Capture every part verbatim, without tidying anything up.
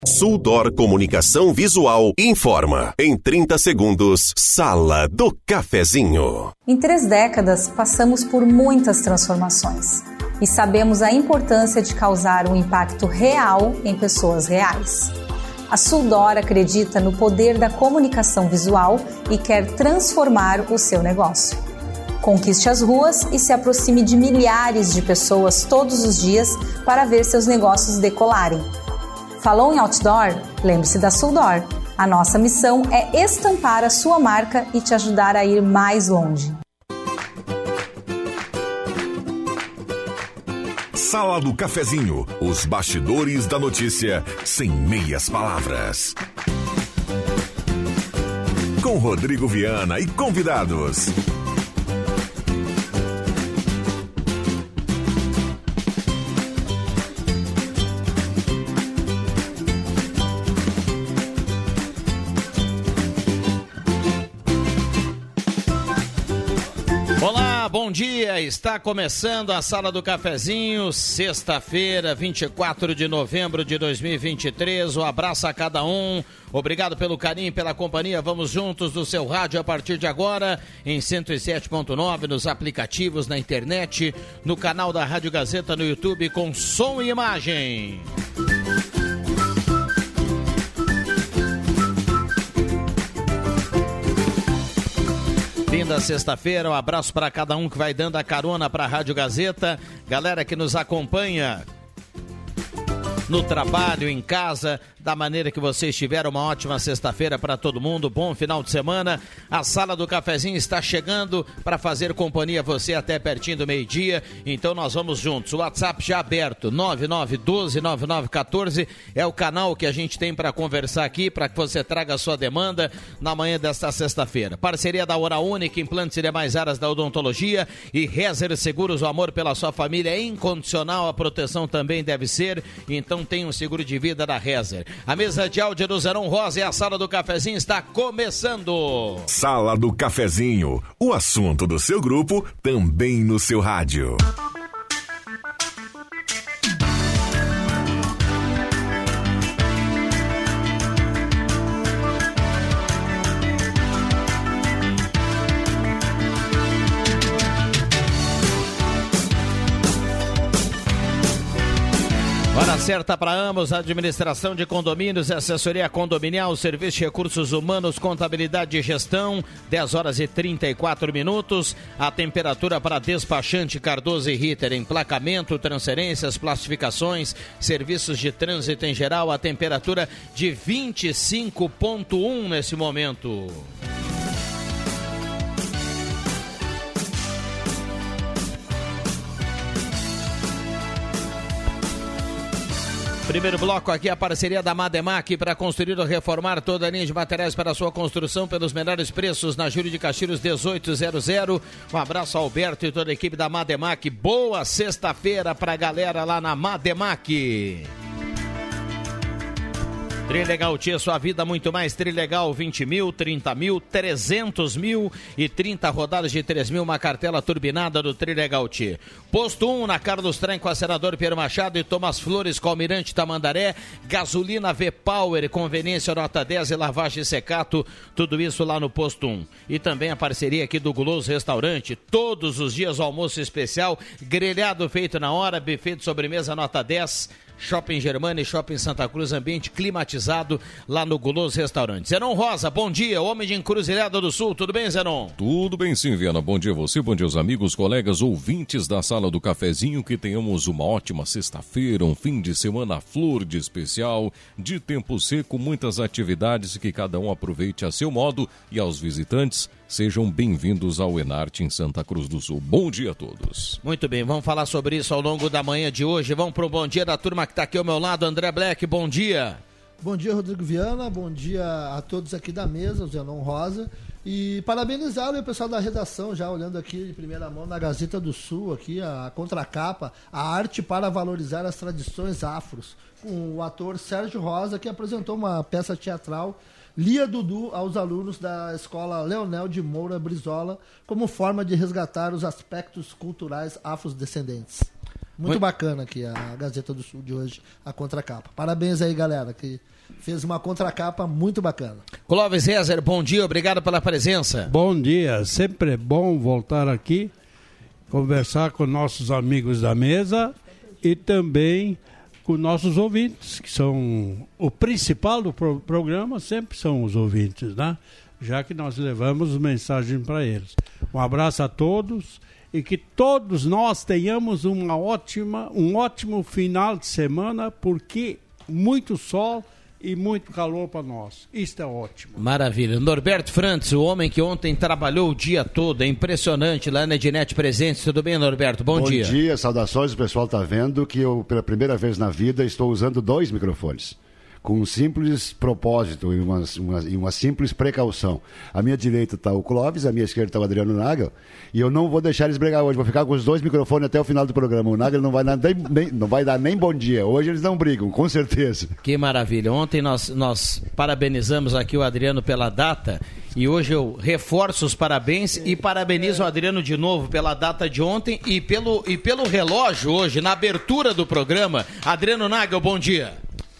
Suldor Comunicação Visual informa. Em trinta segundos, Sala do Cafezinho. Em três décadas, passamos por muitas transformações e sabemos a importância de causar um impacto real em pessoas reais. A Suldor acredita no poder da comunicação visual e quer transformar o seu negócio. Conquiste as ruas e se aproxime de milhares de pessoas todos os dias para ver seus negócios decolarem. Falou em outdoor? Lembre-se da Suldor. A nossa missão é estampar a sua marca e te ajudar a ir mais longe. Sala do Cafezinho, os bastidores da notícia sem meias palavras. Com Rodrigo Viana e convidados. Bom dia, está começando a Sala do Cafezinho, sexta-feira, vinte e quatro de novembro de dois mil e vinte e três. Um abraço a cada um, obrigado pelo carinho e pela companhia. Vamos juntos do seu rádio a partir de agora, em cento e sete ponto nove, nos aplicativos, na internet, no canal da Rádio Gazeta no YouTube, com som e imagem. Linda sexta-feira, um abraço para cada um que vai dando a carona para a Rádio Gazeta, galera que nos acompanha no trabalho, em casa, da maneira que você estiver. Uma ótima sexta-feira para todo mundo, bom final de semana. A Sala do Cafezinho está chegando para fazer companhia a você até pertinho do meio-dia, então nós vamos juntos. O WhatsApp já aberto, nove nove um dois nove nove um quatro, é o canal que a gente tem para conversar aqui, para que você traga a sua demanda na manhã desta sexta-feira. Parceria da Hora Única, implantes e demais áreas da odontologia, e Rezer Seguros, o amor pela sua família é incondicional, a proteção também deve ser, então tem um seguro de vida da Rezer. A mesa de áudio do Zenon Rosa e a Sala do Cafezinho está começando. Sala do Cafezinho, o assunto do seu grupo também no seu rádio. Hora certa para ambos, administração de condomínios, assessoria condominial, serviço de recursos humanos, contabilidade e gestão, dez horas e trinta e quatro minutos. A temperatura para despachante Cardoso e Ritter, emplacamento, transferências, classificações, serviços de trânsito em geral, a temperatura de vinte e cinco ponto um nesse momento. Primeiro bloco aqui, a parceria da Mademac para construir ou reformar toda a linha de materiais para a sua construção pelos menores preços na Júlio de Castilhos dezoito zero zero. Um abraço ao Alberto e toda a equipe da Mademac. Boa sexta-feira para a galera lá na Mademac. Trilegal Tia, sua vida muito mais. Trilegal, vinte mil, trinta mil, trezentos mil e trinta rodadas de três mil, uma cartela turbinada do Trilegal Tia. Posto um na Carlos Trem com a Senador Pedro Machado e Thomas Flores com Almirante Tamandaré. Gasolina V-Power, conveniência nota dez e lavagem secato, tudo isso lá no Posto um. E também a parceria aqui do Guloso Restaurante, todos os dias o almoço especial, grelhado feito na hora, buffet de sobremesa nota dez. Shopping Germana e Shopping Santa Cruz, ambiente climatizado lá no Guloso Restaurante. Zenon Rosa, bom dia, homem de Encruzilhada do Sul, tudo bem, Zenon? Tudo bem sim, Viana, bom dia a você, bom dia aos amigos, colegas, ouvintes da Sala do Cafezinho, que tenhamos uma ótima sexta-feira, um fim de semana flor de especial, de tempo seco, muitas atividades, que cada um aproveite a seu modo, e aos visitantes, sejam bem-vindos ao Enarte em Santa Cruz do Sul. Bom dia a todos. Muito bem, vamos falar sobre isso ao longo da manhã de hoje. Vamos para o bom dia da turma que está aqui ao meu lado. André Black, bom dia. Bom dia, Rodrigo Viana. Bom dia a todos aqui da mesa, o Zenon Rosa. E parabenizar o pessoal da redação, já olhando aqui de primeira mão na Gazeta do Sul, aqui a contracapa, a arte para valorizar as tradições afros, com o ator Sérgio Rosa, que apresentou uma peça teatral, Lia Dudu, aos alunos da Escola Leonel de Moura Brizola, como forma de resgatar os aspectos culturais afrodescendentes. Muito bacana aqui a Gazeta do Sul de hoje, a contracapa. Parabéns aí, galera, que fez uma contracapa muito bacana. Clóvis Rezer, bom dia, obrigado pela presença. Bom dia, sempre é bom voltar aqui, conversar com nossos amigos da mesa e também com nossos ouvintes, que são o principal do pro- programa, sempre são os ouvintes, né? Já que nós levamos mensagem para eles. Um abraço a todos e que todos nós tenhamos uma ótima, um ótimo final de semana, porque muito sol e muito calor para nós. Isto é ótimo. Maravilha. Norberto Frantz, o homem que ontem trabalhou o dia todo, é impressionante, lá na Ednet Presentes. Tudo bem, Norberto? Bom, Bom dia. Bom dia, saudações. O pessoal está vendo que eu, pela primeira vez na vida, estou usando dois microfones, com um simples propósito e uma, uma, e uma simples precaução. À minha direita está o Clóvis, à minha esquerda está o Adriano Nagel, e eu não vou deixar eles brigar hoje, vou ficar com os dois microfones até o final do programa. O Nagel não vai dar nem, nem, não vai dar nem bom dia, hoje eles não brigam, com certeza. Que maravilha. Ontem nós, nós parabenizamos aqui o Adriano pela data, e hoje eu reforço os parabéns e parabenizo o Adriano de novo pela data de ontem e pelo, e pelo relógio hoje, na abertura do programa. Adriano Nagel, bom dia.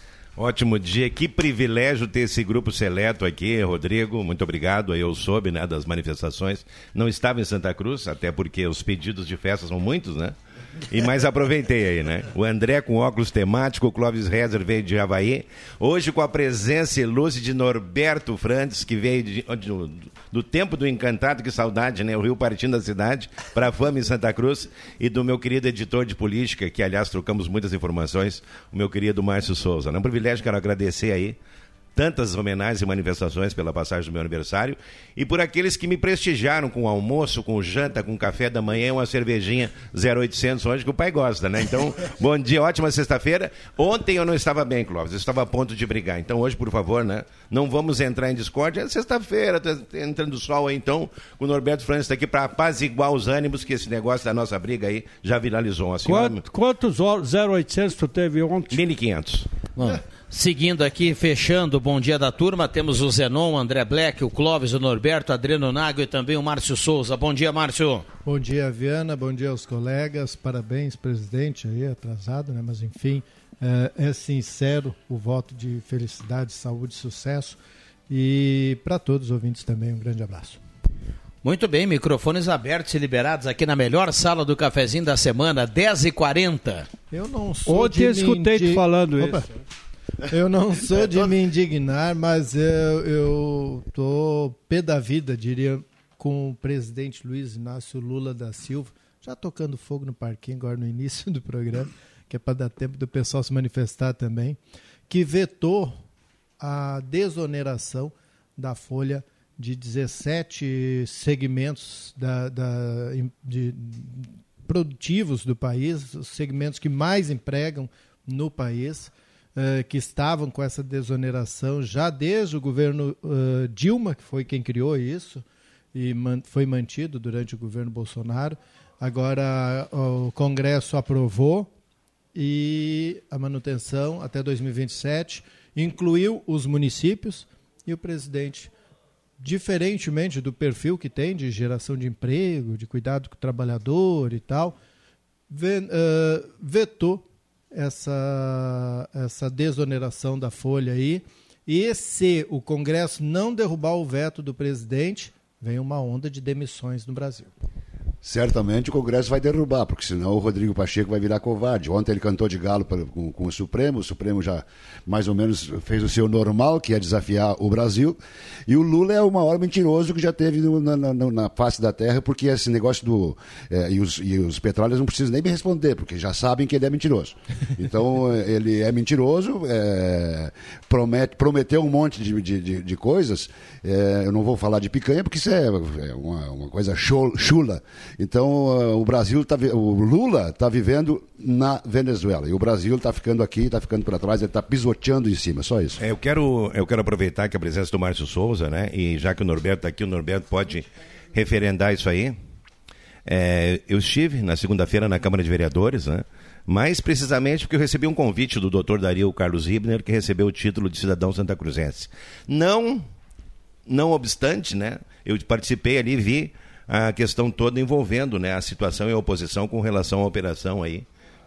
Ótimo dia, que privilégio ter esse grupo seleto aqui, Rodrigo, muito obrigado. Eu soube, né, das manifestações, não estava em Santa Cruz, até porque os pedidos de festa são muitos, né? E mais aproveitei aí, né? O André com óculos temático, o Clóvis Rezer veio de Havaí. Hoje com a presença ilustre de Norberto Frantz, que veio de, de, do, do tempo do encantado, que saudade, né? O Rio partindo da cidade, para a fama em Santa Cruz. E do meu querido editor de política, que aliás trocamos muitas informações, o meu querido Márcio Souza. É um privilégio, quero agradecer aí tantas homenagens e manifestações pela passagem do meu aniversário e por aqueles que me prestigiaram com almoço, com janta, com café da manhã e uma cervejinha zero oitocentos hoje que o pai gosta, né? Então, bom dia, ótima sexta-feira. Ontem eu não estava bem, Clóvis, eu estava a ponto de brigar. Então hoje, por favor, né? Não vamos entrar em discórdia. É sexta-feira, tá entrando o sol aí, então o Norberto França está aqui para apaziguar os ânimos, que esse negócio da nossa briga aí já viralizou. Assim, Quanto, quantos zero oitocentos tu teve ontem? mil e quinhentos. Bom, seguindo aqui, fechando o bom dia da turma, temos o Zenon, o André Black, o Clóvis, o Norberto, Adriano Nagel e também o Márcio Souza. Bom dia, Márcio. Bom dia, Viana, bom dia aos colegas, parabéns, presidente, aí atrasado, né? Mas enfim, é, é sincero o voto de felicidade, saúde e sucesso, e para todos os ouvintes também um grande abraço. Muito bem, microfones abertos e liberados aqui na melhor sala do cafezinho da semana, dez e quarenta. Eu não sou Ontem de eu escutei me te falando Opa. isso. Eu não sou de me indignar, mas eu, eu tô pé da vida, diria, com o presidente Luiz Inácio Lula da Silva, já tocando fogo no parquinho agora no início do programa, que é para dar tempo do pessoal se manifestar também, que vetou a desoneração da folha de dezessete segmentos da, da, de, produtivos do país, os segmentos que mais empregam no país, Uh, que estavam com essa desoneração já desde o governo uh, Dilma, que foi quem criou isso, e man- foi mantido durante o governo Bolsonaro. Agora uh, o Congresso aprovou e a manutenção até dois mil e vinte e sete incluiu os municípios e o presidente, diferentemente do perfil que tem de geração de emprego, de cuidado com o trabalhador e tal, ve- uh, vetou essa, essa desoneração da folha aí, e se o Congresso não derrubar o veto do presidente, vem uma onda de demissões no Brasil. Certamente o Congresso vai derrubar, porque senão o Rodrigo Pacheco vai virar covarde. Ontem ele cantou de galo pra, com, com o Supremo, o Supremo já mais ou menos fez o seu normal, que é desafiar o Brasil, e o Lula é o maior mentiroso que já teve no, na, na, na face da terra, porque esse negócio do... É, e, os, e os petróleos não precisam nem me responder, porque já sabem que ele é mentiroso. Então ele é mentiroso, é, promete, prometeu um monte de, de, de, de coisas, é, eu não vou falar de picanha, porque isso é, é uma, uma coisa chula. Então, uh, o Brasil, tá, o Lula está vivendo na Venezuela e o Brasil está ficando aqui, está ficando para trás, ele está pisoteando em cima, só isso. É, eu, quero, eu quero aproveitar que a presença do Márcio Souza, né? E já que o Norberto está aqui, o Norberto pode referendar isso aí. É, eu estive na segunda-feira na Câmara de Vereadores, né? Mais precisamente porque eu recebi um convite do doutor Dario Carlos Ribner, que recebeu o título de cidadão santacruzense. Não, não obstante, né? Eu participei ali e vi a questão toda envolvendo, né, a situação e a oposição com relação à operação aí, que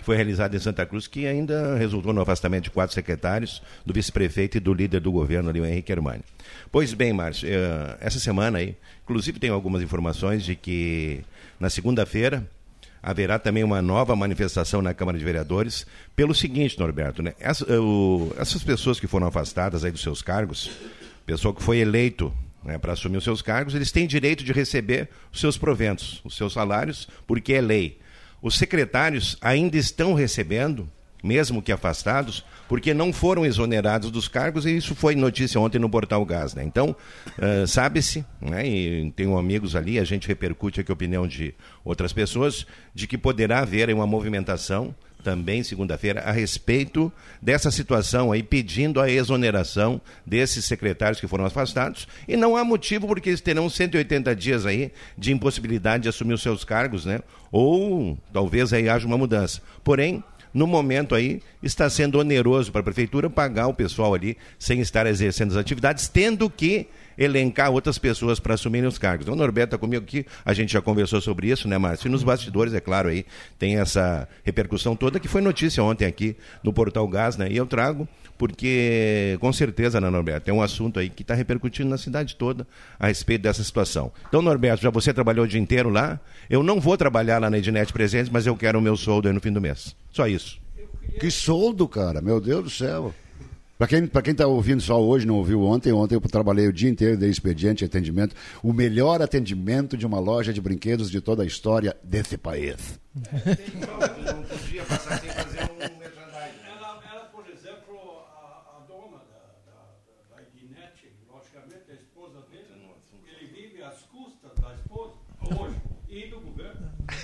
foi realizada em Santa Cruz, que ainda resultou no afastamento de quatro secretários, do vice-prefeito e do líder do governo ali, o Henrique Hermani. Pois bem, Márcio, essa semana aí, inclusive tem algumas informações de que na segunda-feira haverá também uma nova manifestação na Câmara de Vereadores, pelo seguinte, Norberto, né? Essa, o, essas pessoas que foram afastadas aí dos seus cargos, pessoa que foi eleito, né, para assumir os seus cargos, eles têm direito de receber os seus proventos, os seus salários, porque é lei. Os secretários ainda estão recebendo, mesmo que afastados, porque não foram exonerados dos cargos, e isso foi notícia ontem no Portal Gás, né? Então, uh, sabe-se, né, e tenho amigos ali, a gente repercute aqui a opinião de outras pessoas, de que poderá haver uma movimentação também segunda-feira a respeito dessa situação aí, pedindo a exoneração desses secretários que foram afastados, e não há motivo porque eles terão cento e oitenta dias aí de impossibilidade de assumir os seus cargos, né? Ou talvez aí haja uma mudança. Porém, no momento aí, está sendo oneroso para a prefeitura pagar o pessoal ali sem estar exercendo as atividades, tendo que elencar outras pessoas para assumirem os cargos. Então, o Norberto está comigo aqui, a gente já conversou sobre isso, né, Márcio? E nos bastidores, é claro, aí tem essa repercussão toda, que foi notícia ontem aqui no Portal Gás, né? E eu trago porque, com certeza, né, Norberto, é um assunto aí que está repercutindo na cidade toda a respeito dessa situação. Então, Norberto, já você trabalhou o dia inteiro lá, eu não vou trabalhar lá na Ednet Presentes, mas eu quero o meu soldo aí no fim do mês. Só isso. Que soldo, cara, meu Deus do céu. Para quem para quem está ouvindo só hoje, não ouviu ontem, ontem eu trabalhei o dia inteiro, dei expediente e atendimento, o melhor atendimento de uma loja de brinquedos de toda a história desse país. Não podia passar sem fazer um merchandising. Ela, ela, por exemplo, a, a dona da, da, da Ednet, logicamente, a esposa dele, ele vive às custas da esposa, hoje, e do governo.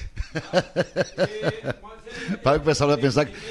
E, mas ele, para que o pessoal vai pensar que...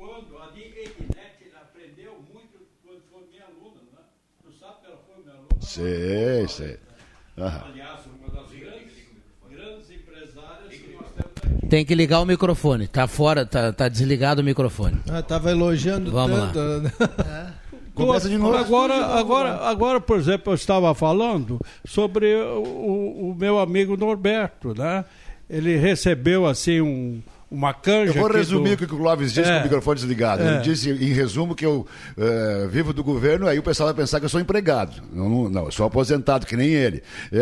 Sei, sei. Aham. Aliás, uma das grandes, grandes empresárias que nós temos aqui. Tem que ligar o microfone. Tá fora, tá, tá desligado o microfone. Ah, tava elogiando Vamos tanto. Lá. Começa de novo. Agora, agora, agora, por exemplo, eu estava falando sobre o, o meu amigo Norberto, né? Ele recebeu assim um uma canja. Eu vou resumir do... o que o Clóvis disse é, com o microfone desligado. É. Ele disse, em resumo, que eu uh, vivo do governo, aí o pessoal vai pensar que eu sou empregado. Não, não, não eu sou aposentado, que nem ele.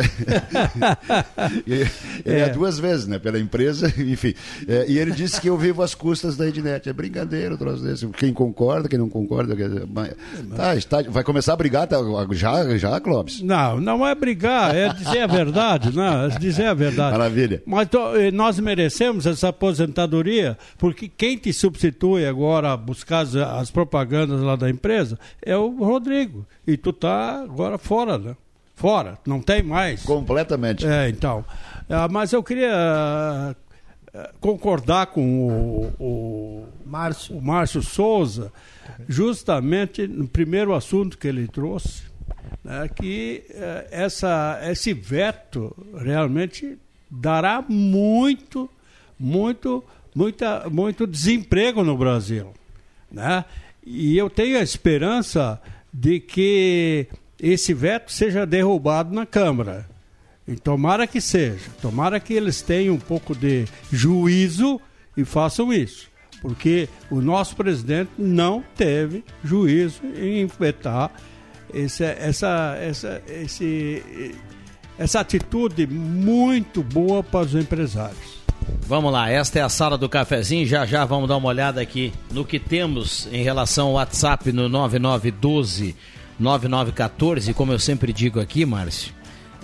ele é. é duas vezes, né? Pela empresa, enfim. É, e ele disse que eu vivo às custas da Ednet. É brincadeira, troço desse. Quem concorda, quem não concorda. Mas, tá, está, vai começar a brigar tá, já, já, Clóvis? Não, não é brigar, é dizer a verdade. Não, é dizer a verdade. Maravilha. Mas to, nós merecemos essa aposentadoria, porque quem te substitui agora a buscar as, as propagandas lá da empresa é o Rodrigo. E tu tá agora fora, né? Fora, não tem mais. Completamente. É, então. Uh, mas eu queria uh, concordar com o, o, Márcio. o Márcio Souza, justamente no primeiro assunto que ele trouxe, né, que uh, essa, esse veto realmente dará muito muito, muita, muito desemprego no Brasil, né? E eu tenho a esperança de que esse veto seja derrubado na Câmara. E tomara que seja. Tomara que eles tenham um pouco de juízo e façam isso. Porque o nosso presidente não teve juízo em vetar essa, essa, essa, esse, essa atitude muito boa para os empresários. Vamos lá, esta é a sala do cafezinho, já já vamos dar uma olhada aqui no que temos em relação ao WhatsApp no nove nove um dois nove nove um quatro, como eu sempre digo aqui, Márcio,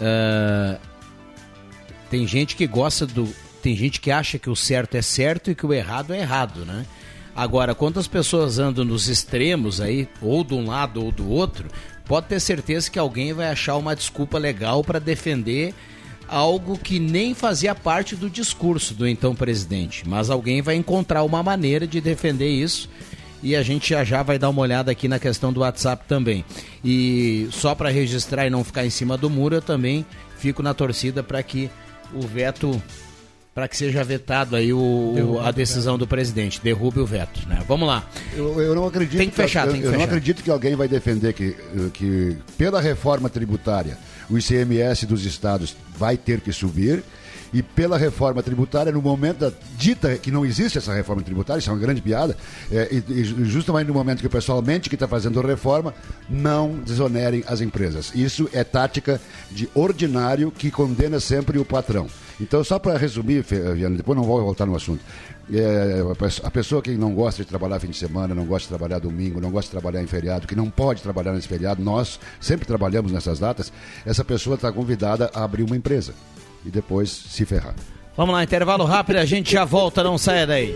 uh, tem gente que gosta do, tem gente que acha que o certo é certo e que o errado é errado, né? Agora, quantas pessoas andam nos extremos aí, ou de um lado ou do outro, pode ter certeza que alguém vai achar uma desculpa legal para defender algo que nem fazia parte do discurso do então presidente, mas alguém vai encontrar uma maneira de defender isso, e a gente já já vai dar uma olhada aqui na questão do WhatsApp também. E só para registrar e não ficar em cima do muro, eu também fico na torcida para que o veto, para que seja vetado aí o, o, a decisão do presidente, derrube o veto, né? Vamos lá. Eu, eu não acredito. Tem que fechar, eu, tem que eu fechar. não acredito que alguém vai defender que, que pela reforma tributária o I C M S dos estados vai ter que subir e pela reforma tributária, no momento da dita que não existe essa reforma tributária, isso é uma grande piada, é, e, e justamente no momento que o pessoal mente que está fazendo reforma, não desonerem as empresas. Isso é tática de ordinário que condena sempre o patrão. Então, só para resumir, Viana, depois não vou voltar no assunto. É, a pessoa que não gosta de trabalhar fim de semana, não gosta de trabalhar domingo, não gosta de trabalhar em feriado, que não pode trabalhar nesse feriado, nós sempre trabalhamos nessas datas, essa pessoa está convidada a abrir uma empresa e depois se ferrar. Vamos lá, intervalo rápido, a gente já volta, não saia daí.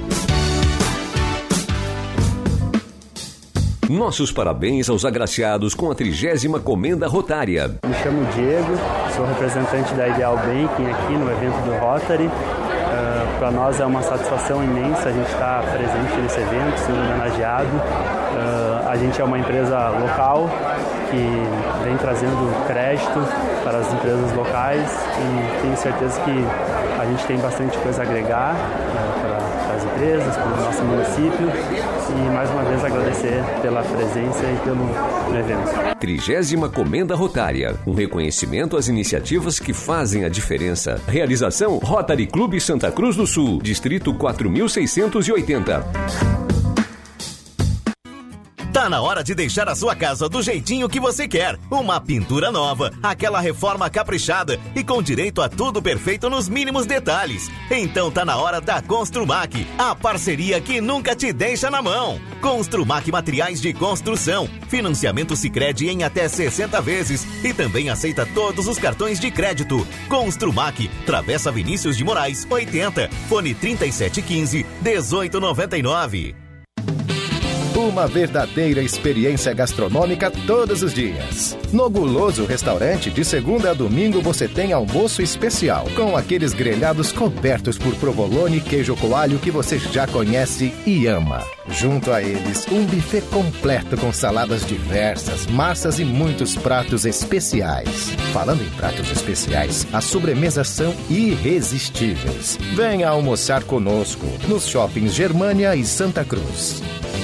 Nossos parabéns aos agraciados com a trigésima Comenda Rotária. Me chamo Diego, sou representante da Ideal Banking aqui no evento do Rotary. Uh, Para nós é uma satisfação imensa a gente estar presente nesse evento, sendo homenageado. Uh, a gente é uma empresa local que vem trazendo crédito para as empresas locais e tenho certeza que a gente tem bastante coisa a agregar uh, para as empresas, para o nosso município. E mais uma vez agradecer pela presença e pelo evento. trigésima Comenda Rotária, um reconhecimento às iniciativas que fazem a diferença. Realização Rotary Clube Santa Cruz do Sul, Distrito quatro mil seiscentos e oitenta. Tá na hora de deixar a sua casa do jeitinho que você quer. Uma pintura nova, aquela reforma caprichada e com direito a tudo perfeito nos mínimos detalhes. Então tá na hora da Construmac, a parceria que nunca te deixa na mão. Construmac Materiais de Construção, financiamento Sicredi em até sessenta vezes e também aceita todos os cartões de crédito. Construmac, Travessa Vinícius de Moraes, oitenta, fone trinta e sete quinze, dezoito noventa e nove. Uma verdadeira experiência gastronômica todos os dias. No Guloso Restaurante, de segunda a domingo, você tem almoço especial, com aqueles grelhados cobertos por provolone e queijo coalho que você já conhece e ama. Junto a eles, um buffet completo com saladas diversas, massas e muitos pratos especiais. Falando em pratos especiais, as sobremesas são irresistíveis. Venha almoçar conosco, nos shoppings Germânia e Santa Cruz.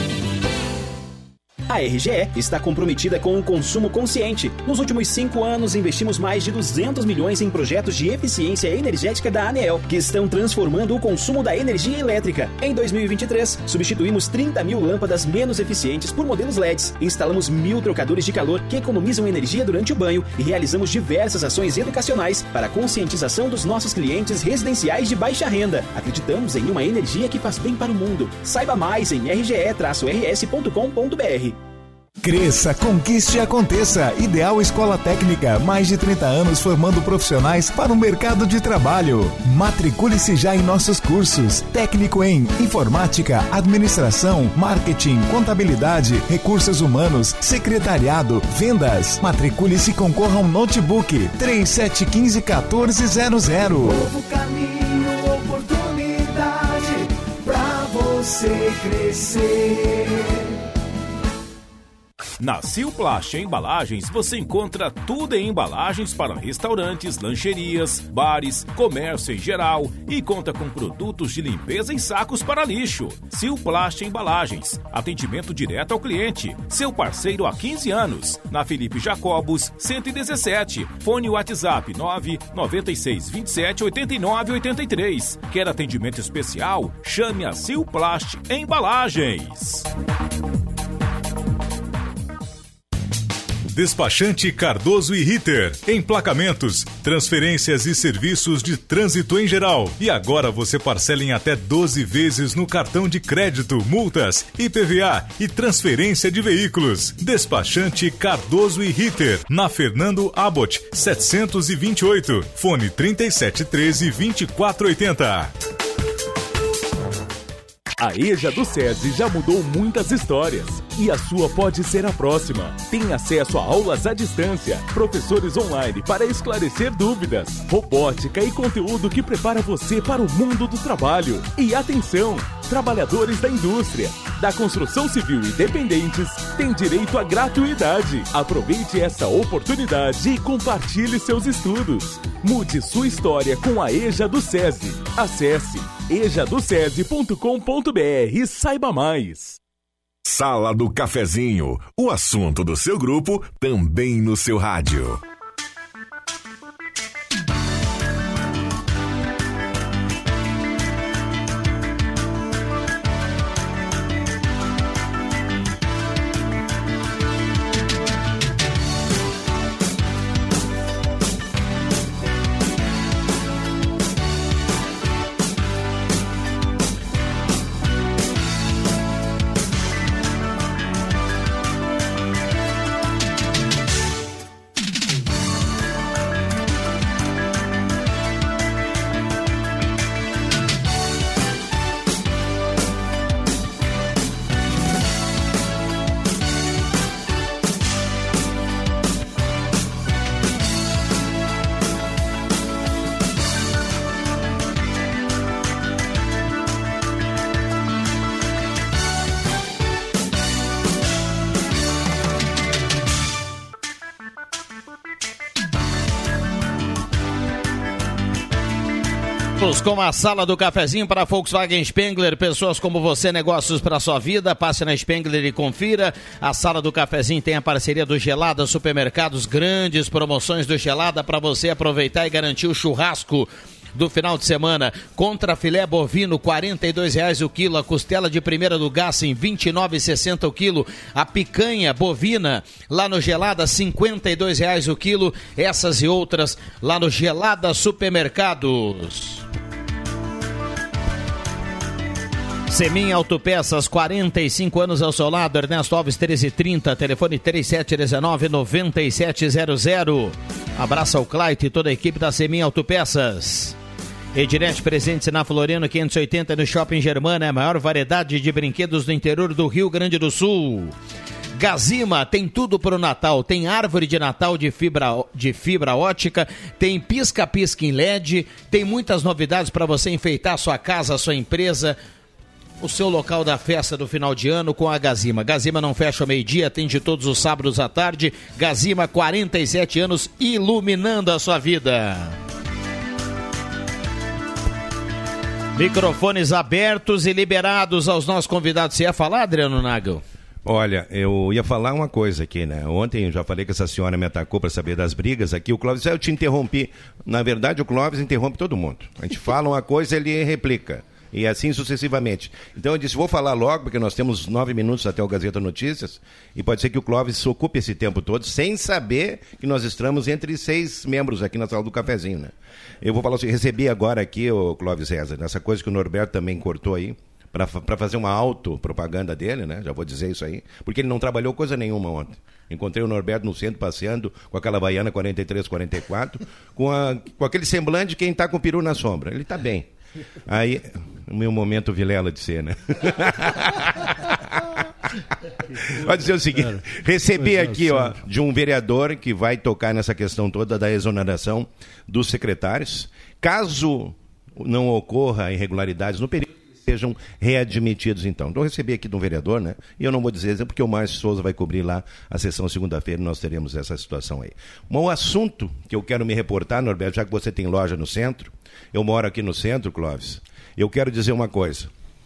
A R G E está comprometida com o consumo consciente. Nos últimos cinco anos, investimos mais de duzentos milhões em projetos de eficiência energética da ANEEL, que estão transformando o consumo da energia elétrica. Em dois mil e vinte e três, substituímos trinta mil lâmpadas menos eficientes por modelos L E Ds, instalamos mil trocadores de calor que economizam energia durante o banho e realizamos diversas ações educacionais para a conscientização dos nossos clientes residenciais de baixa renda. Acreditamos em uma energia que faz bem para o mundo. Saiba mais em r g e traço r s ponto com ponto b r. Cresça, conquiste e aconteça. Ideal Escola Técnica, mais de trinta anos formando profissionais para o mercado de trabalho. Matricule-se já em nossos cursos. Técnico em Informática, Administração, Marketing, Contabilidade, Recursos Humanos, Secretariado, Vendas. Matricule-se e concorra a um notebook. três sete um cinco, um quatro zero zero. Novo caminho, oportunidade pra você crescer. Na Silplast Embalagens você encontra tudo em embalagens para restaurantes, lancherias, bares, comércio em geral e conta com produtos de limpeza em sacos para lixo. Silplast Embalagens, atendimento direto ao cliente, seu parceiro há quinze anos. Na Felipe Jacobos, cento e dezessete, fone WhatsApp nove nove seis dois sete oito nove oito três. Quer atendimento especial? Chame a Silplast Embalagens. Despachante Cardoso e Ritter. Emplacamentos, transferências e serviços de trânsito em geral. E agora você parcela em até doze vezes no cartão de crédito, multas, I P V A e transferência de veículos. Despachante Cardoso e Ritter. Na Fernando Abbott, setecentos e vinte e oito. Fone trinta e sete treze, vinte e quatro oitenta. A EJA do SESI já mudou muitas histórias e a sua pode ser a próxima. Tem acesso a aulas à distância, professores online para esclarecer dúvidas, robótica e conteúdo que prepara você para o mundo do trabalho. E atenção, trabalhadores da indústria, da construção civil e dependentes têm direito à gratuidade. Aproveite essa oportunidade e compartilhe seus estudos. Mude sua história com a EJA do SESI. Acesse eja do sesi ponto com ponto b r e saiba mais. Sala do Cafezinho, o assunto do seu grupo também no seu rádio. Voltamos com a sala do cafezinho para Volkswagen Spengler, pessoas como você, negócios para sua vida. Passe na Spengler e confira. A sala do cafezinho tem a parceria do Gelada Supermercados, grandes promoções do Gelada para você aproveitar e garantir o churrasco do final de semana. Contra filé bovino, quarenta e dois reais o quilo. A costela de primeira do Gassen, vinte e nove reais e sessenta centavos o quilo. A picanha bovina lá no Gelada, cinquenta e dois reais o quilo. Essas e outras lá no Gelada Supermercados. Semin Autopeças, quarenta e cinco anos ao seu lado. Ernesto Alves, treze e trinta, telefone três sete um nove, nove sete zero zero. Abraço ao Claito e toda a equipe da Semin Autopeças. Ednet presente na Floriano quinhentos e oitenta no Shopping Germana, a maior variedade de brinquedos do interior do Rio Grande do Sul. Gazima tem tudo para o Natal, tem árvore de Natal de fibra, de fibra ótica, tem pisca-pisca em L E D, tem muitas novidades para você enfeitar a sua casa, a sua empresa, o seu local da festa do final de ano com a Gazima. Gazima não fecha ao meio-dia, atende todos os sábados à tarde. Gazima, quarenta e sete anos, iluminando a sua vida. Microfones abertos e liberados aos nossos convidados. Você ia falar, Adriano Nagel? Olha, eu ia falar uma coisa aqui, né? Ontem eu já falei que essa senhora me atacou para saber das brigas aqui. O Clóvis, eu te interrompi. Na verdade, o Clóvis interrompe todo mundo. A gente fala uma coisa, ele replica. E assim sucessivamente. Então eu disse, vou falar logo, porque nós temos nove minutos até o Gazeta Notícias, e pode ser que o Clóvis ocupe esse tempo todo, sem saber que nós estamos entre seis membros aqui na sala do cafezinho, né? Eu vou falar assim, recebi agora aqui, o Clóvis César, essa coisa que o Norberto também cortou aí, para fazer uma autopropaganda dele, né? Já vou dizer isso aí, porque ele não trabalhou coisa nenhuma ontem. Encontrei o Norberto no centro passeando com aquela Havaiana quarenta e três, quarenta e quatro, com, a, com aquele semblante de quem está com o peru na sombra. Ele está bem. Aí, o meu momento Vilela de ser, né? Pode dizer o seguinte, recebi aqui, ó, de um vereador que vai tocar nessa questão toda da exoneração dos secretários, caso não ocorra irregularidades no período, sejam readmitidos então. Então eu recebi aqui de um vereador, né? E eu não vou dizer porque o Márcio Souza vai cobrir lá a sessão segunda-feira e nós teremos essa situação aí. Mas o assunto que eu quero me reportar, Norberto, já que você tem loja no centro, eu moro aqui no centro, Clóvis, eu quero dizer uma coisa.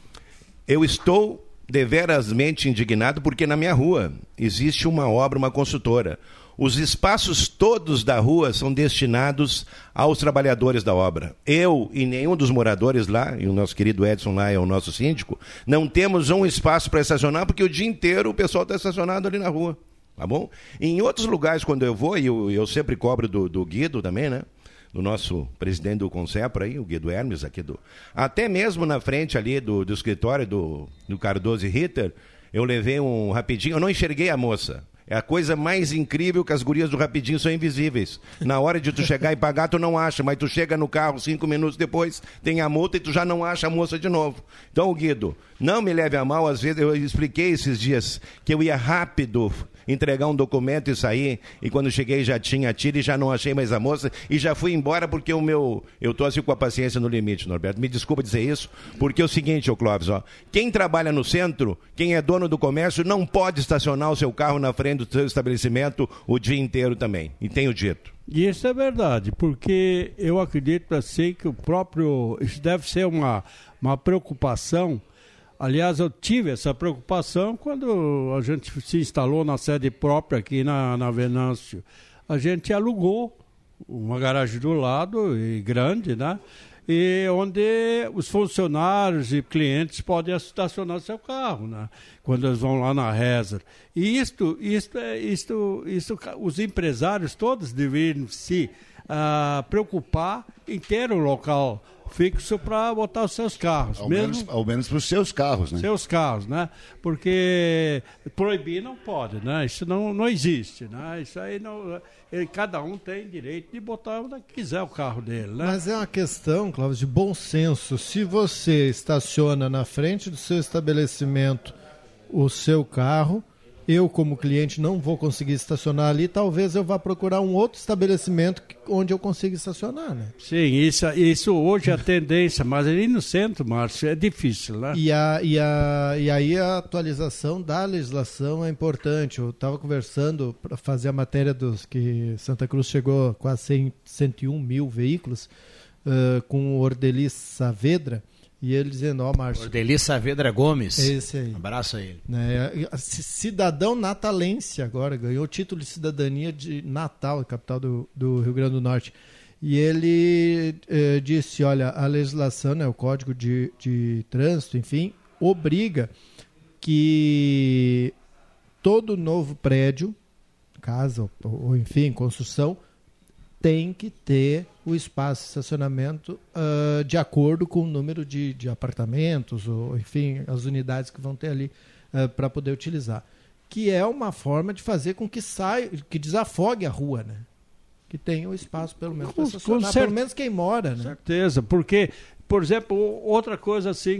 Eu estou deverasmente indignado porque na minha rua existe uma obra, uma construtora. Os espaços todos da rua são destinados aos trabalhadores da obra. Eu e nenhum dos moradores lá, e o nosso querido Edson lá é o nosso síndico, não temos um espaço para estacionar porque o dia inteiro o pessoal está estacionado ali na rua. Tá bom? Em outros lugares, quando eu vou, e eu, eu sempre cobro do, do Guido também, né? Do nosso presidente do Concepro aí, o Guido Hermes, aqui do... Até mesmo na frente ali do, do escritório do, do Cardoso e Ritter, eu levei um rapidinho, eu não enxerguei a moça. É a coisa mais incrível que as gurias do Rapidinho são invisíveis. Na hora de tu chegar e pagar, tu não acha, mas tu chega no carro cinco minutos depois, tem a multa e tu já não acha a moça de novo. Então, Guido, não me leve a mal, às vezes eu expliquei esses dias que eu ia rápido entregar um documento e sair, e quando cheguei já tinha tiro e já não achei mais a moça e já fui embora porque o meu, eu tô assim com a paciência no limite, Norberto, me desculpa dizer isso, porque é o seguinte, ô Clóvis, ó, quem trabalha no centro, quem é dono do comércio, não pode estacionar o seu carro na frente do seu estabelecimento o dia inteiro também, e tenho dito. E isso é verdade, porque eu acredito assim que o próprio, isso deve ser uma, uma preocupação. Aliás, eu tive essa preocupação quando a gente se instalou na sede própria aqui na, na Venâncio. A gente alugou uma garagem do lado, e grande, né? E onde os funcionários e clientes podem estacionar seu carro, né? Quando eles vão lá na Rezer. E isto, isto, isto, isto, os empresários todos deveriam se uh, preocupar em ter um local fixo para botar os seus carros. Ao mesmo, menos, ao menos para os seus carros, né? Seus carros, né? Porque proibir não pode, né? Isso não, não existe, né? Isso aí não... Ele, cada um tem direito de botar onde quiser o carro dele, né? Mas é uma questão, Cláudio, de bom senso. Se você estaciona na frente do seu estabelecimento o seu carro, eu, como cliente, não vou conseguir estacionar ali, talvez eu vá procurar um outro estabelecimento onde eu consiga estacionar, né? Sim, isso, isso hoje é a tendência, mas ali no centro, Márcio, é difícil, né? E, a, e, a, e aí a atualização da legislação é importante. Eu estava conversando para fazer a matéria dos que Santa Cruz chegou a quase cem, cento e um mil veículos. uh, com o Ordeli Saavedra, e ele dizendo, ó, oh, Márcio... Ordeli Saavedra Gomes. Esse aí. Um abraço a ele. Né, cidadão natalense agora, ganhou o título de cidadania de Natal, capital do, do Rio Grande do Norte. E ele eh, disse, olha, a legislação, né, o Código de, de Trânsito, enfim, obriga que todo novo prédio, casa ou, ou enfim, construção, tem que ter o espaço de estacionamento uh, de acordo com o número de, de apartamentos, ou enfim, as unidades que vão ter ali uh, para poder utilizar. Que é uma forma de fazer com que saia, que desafogue a rua, né? Que tenha o espaço, pelo menos, para estacionar, cer- pelo menos quem mora, né? Certeza, porque, por exemplo, outra coisa assim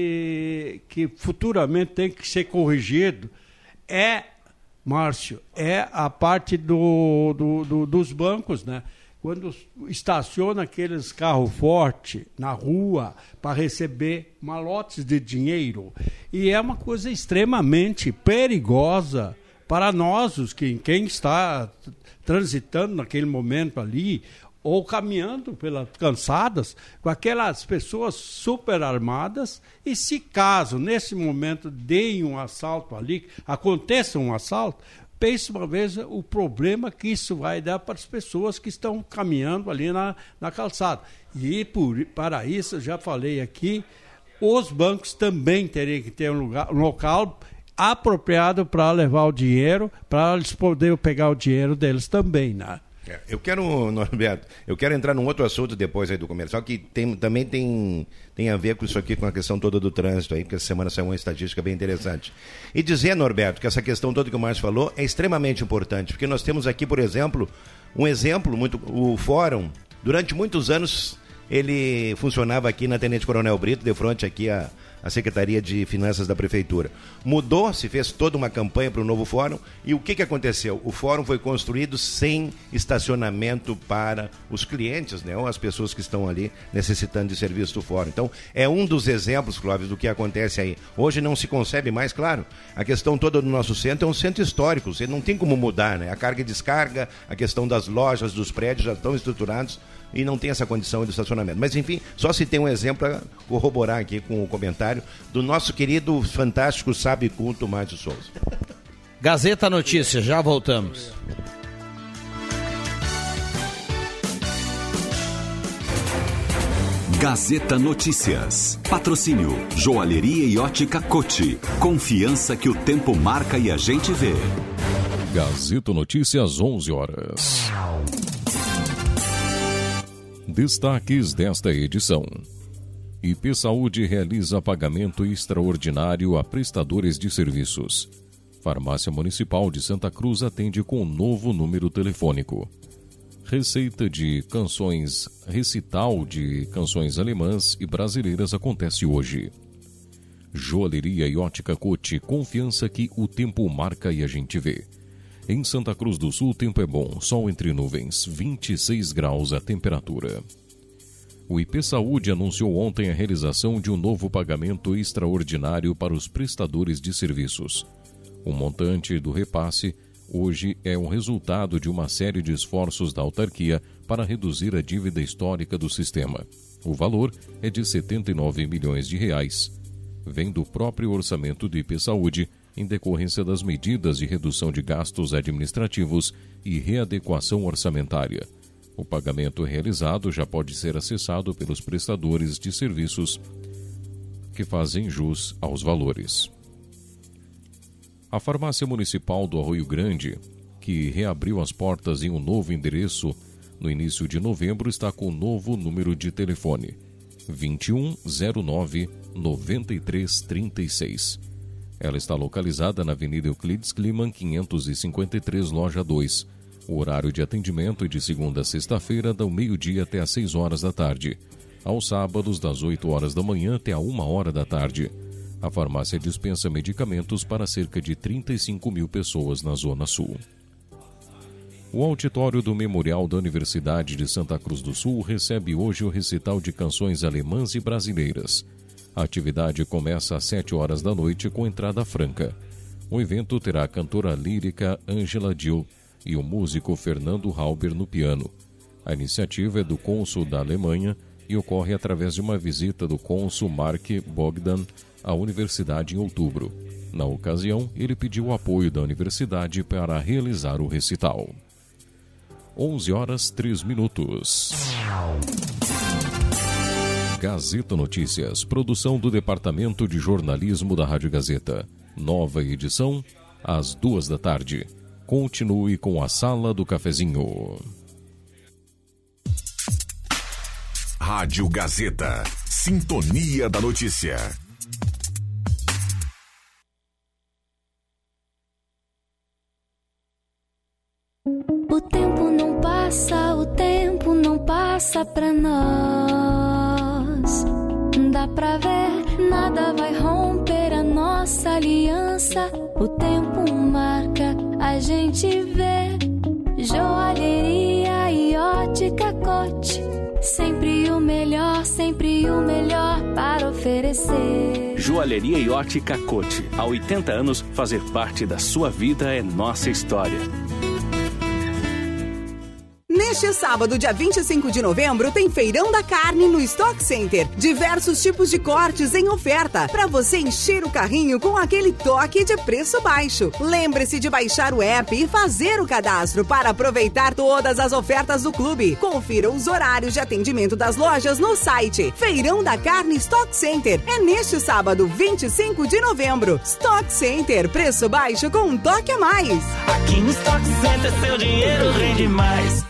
que, que futuramente tem que ser corrigido é, Márcio, é a parte do, do, do, dos bancos, né? Quando estaciona aqueles carros fortes na rua para receber malotes de dinheiro. E é uma coisa extremamente perigosa para nós, os que, quem está transitando naquele momento ali, ou caminhando pelas cansadas, com aquelas pessoas super armadas, e se caso, nesse momento, deem um assalto ali, aconteça um assalto, pense uma vez o problema que isso vai dar para as pessoas que estão caminhando ali na, na calçada. E por, para isso, já falei aqui, os bancos também teriam que ter um, lugar, um local apropriado para levar o dinheiro, para eles poderem pegar o dinheiro deles também, né? É, eu quero, Norberto, eu quero entrar num outro assunto depois aí do comercial, que tem, também tem, tem a ver com isso aqui, com a questão toda do trânsito aí, porque essa semana saiu uma estatística bem interessante. E dizer, Norberto, que essa questão toda que o Márcio falou é extremamente importante, porque nós temos aqui, por exemplo, um exemplo, muito, o Fórum, durante muitos anos, ele funcionava aqui na Tenente Coronel Brito, de frente aqui a a Secretaria de Finanças da Prefeitura. Mudou, se fez toda uma campanha para o novo fórum, e o que, que aconteceu? O fórum foi construído sem estacionamento para os clientes, né, ou as pessoas que estão ali necessitando de serviço do fórum. Então, é um dos exemplos, Clóvis, do que acontece aí. Hoje não se concebe mais, claro, a questão toda do nosso centro é um centro histórico, você não tem como mudar, né? A carga e descarga, a questão das lojas, dos prédios já estão estruturados, e não tem essa condição de estacionamento. Mas, enfim, só se tem um exemplo para corroborar aqui com o comentário do nosso querido, fantástico, sábio e culto Márcio Souza. Gazeta Notícias, já voltamos. Gazeta Notícias. Patrocínio Joalheria e Ótica Cote. Confiança que o tempo marca e a gente vê. Gazeta Notícias, onze horas. Destaques desta edição. I P Saúde realiza pagamento extraordinário a prestadores de serviços. Farmácia Municipal de Santa Cruz atende com novo número telefônico. Receita de canções, recital de canções alemãs e brasileiras acontece hoje. Joalheria e Ótica Cote, confiança que o tempo marca e a gente vê. Em Santa Cruz do Sul, tempo é bom, sol entre nuvens, vinte e seis graus a temperatura. O I P Saúde anunciou ontem a realização de um novo pagamento extraordinário para os prestadores de serviços. O montante do repasse hoje é um resultado de uma série de esforços da autarquia para reduzir a dívida histórica do sistema. O valor é de setenta e nove milhões de reais. Vem do próprio orçamento do I P Saúde, em decorrência das medidas de redução de gastos administrativos e readequação orçamentária. O pagamento realizado já pode ser acessado pelos prestadores de serviços que fazem jus aos valores. A Farmácia Municipal do Arroio Grande, que reabriu as portas em um novo endereço no início de novembro, está com um novo número de telefone: vinte e um zero nove, noventa e três trinta e seis. Ela está localizada na Avenida Euclides Kliman, quinhentos e cinquenta e três, loja dois. O horário de atendimento é de segunda a sexta-feira, do meio-dia até às seis horas da tarde. Aos sábados, das oito horas da manhã até a uma hora da tarde. A farmácia dispensa medicamentos para cerca de trinta e cinco mil pessoas na Zona Sul. O auditório do Memorial da Universidade de Santa Cruz do Sul recebe hoje o recital de canções alemãs e brasileiras. A atividade começa às sete horas da noite com entrada franca. O evento terá a cantora lírica Angela Dill e o músico Fernando Halber no piano. A iniciativa é do cônsul da Alemanha e ocorre através de uma visita do cônsul Mark Bogdan à universidade em outubro. Na ocasião, ele pediu o apoio da universidade para realizar o recital. onze horas, três minutos. Gazeta Notícias, produção do Departamento de Jornalismo da Rádio Gazeta. Nova edição, às duas da tarde. Continue com a Sala do Cafezinho. Rádio Gazeta. Sintonia da Notícia. O tempo não passa, o tempo não passa pra nós. Dá pra ver, nada vai romper a nossa aliança. O tempo marca, a gente vê. Joalheria e ótica Cote. Sempre o melhor, sempre o melhor para oferecer. Joalheria e ótica Cote. Há oitenta anos, fazer parte da sua vida é nossa história. Neste sábado, dia vinte e cinco de novembro, tem Feirão da Carne no Stock Center. Diversos tipos de cortes em oferta, para você encher o carrinho com aquele toque de preço baixo. Lembre-se de baixar o app e fazer o cadastro para aproveitar todas as ofertas do clube. Confira os horários de atendimento das lojas no site. Feirão da Carne Stock Center. É neste sábado, vinte e cinco de novembro. Stock Center, preço baixo com um toque a mais. Aqui no Stock Center, seu dinheiro rende mais.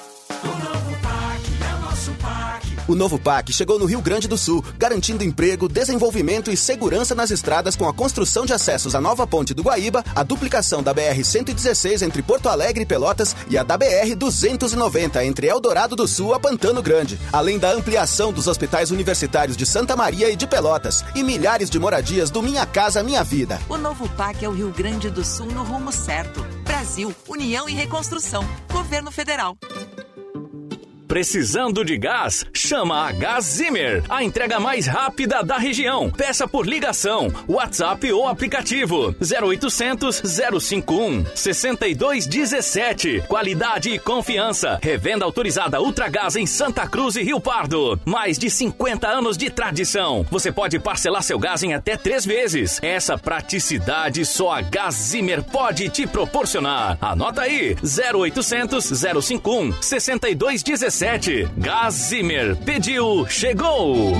O novo P A C chegou no Rio Grande do Sul, garantindo emprego, desenvolvimento e segurança nas estradas com a construção de acessos à nova ponte do Guaíba, a duplicação da B R cento e dezesseis entre Porto Alegre e Pelotas e a da B R duzentos e noventa entre Eldorado do Sul a Pantano Grande, além da ampliação dos hospitais universitários de Santa Maria e de Pelotas e milhares de moradias do Minha Casa Minha Vida. O novo P A C é o Rio Grande do Sul no rumo certo. Brasil, União e Reconstrução. Governo Federal. Precisando de gás? Chama a Gás Zimmer, a entrega mais rápida da região. Peça por ligação, WhatsApp ou aplicativo. zero oitocentos, zero cinco um, seis dois um sete. Qualidade e confiança. Revenda autorizada Ultragás em Santa Cruz e Rio Pardo. Mais de cinquenta anos de tradição. Você pode parcelar seu gás em até três vezes. Essa praticidade só a Gás Zimmer pode te proporcionar. Anota aí, zero oitocentos, zero cinco um, seis dois um sete. Gás Zimmer. Pediu, chegou!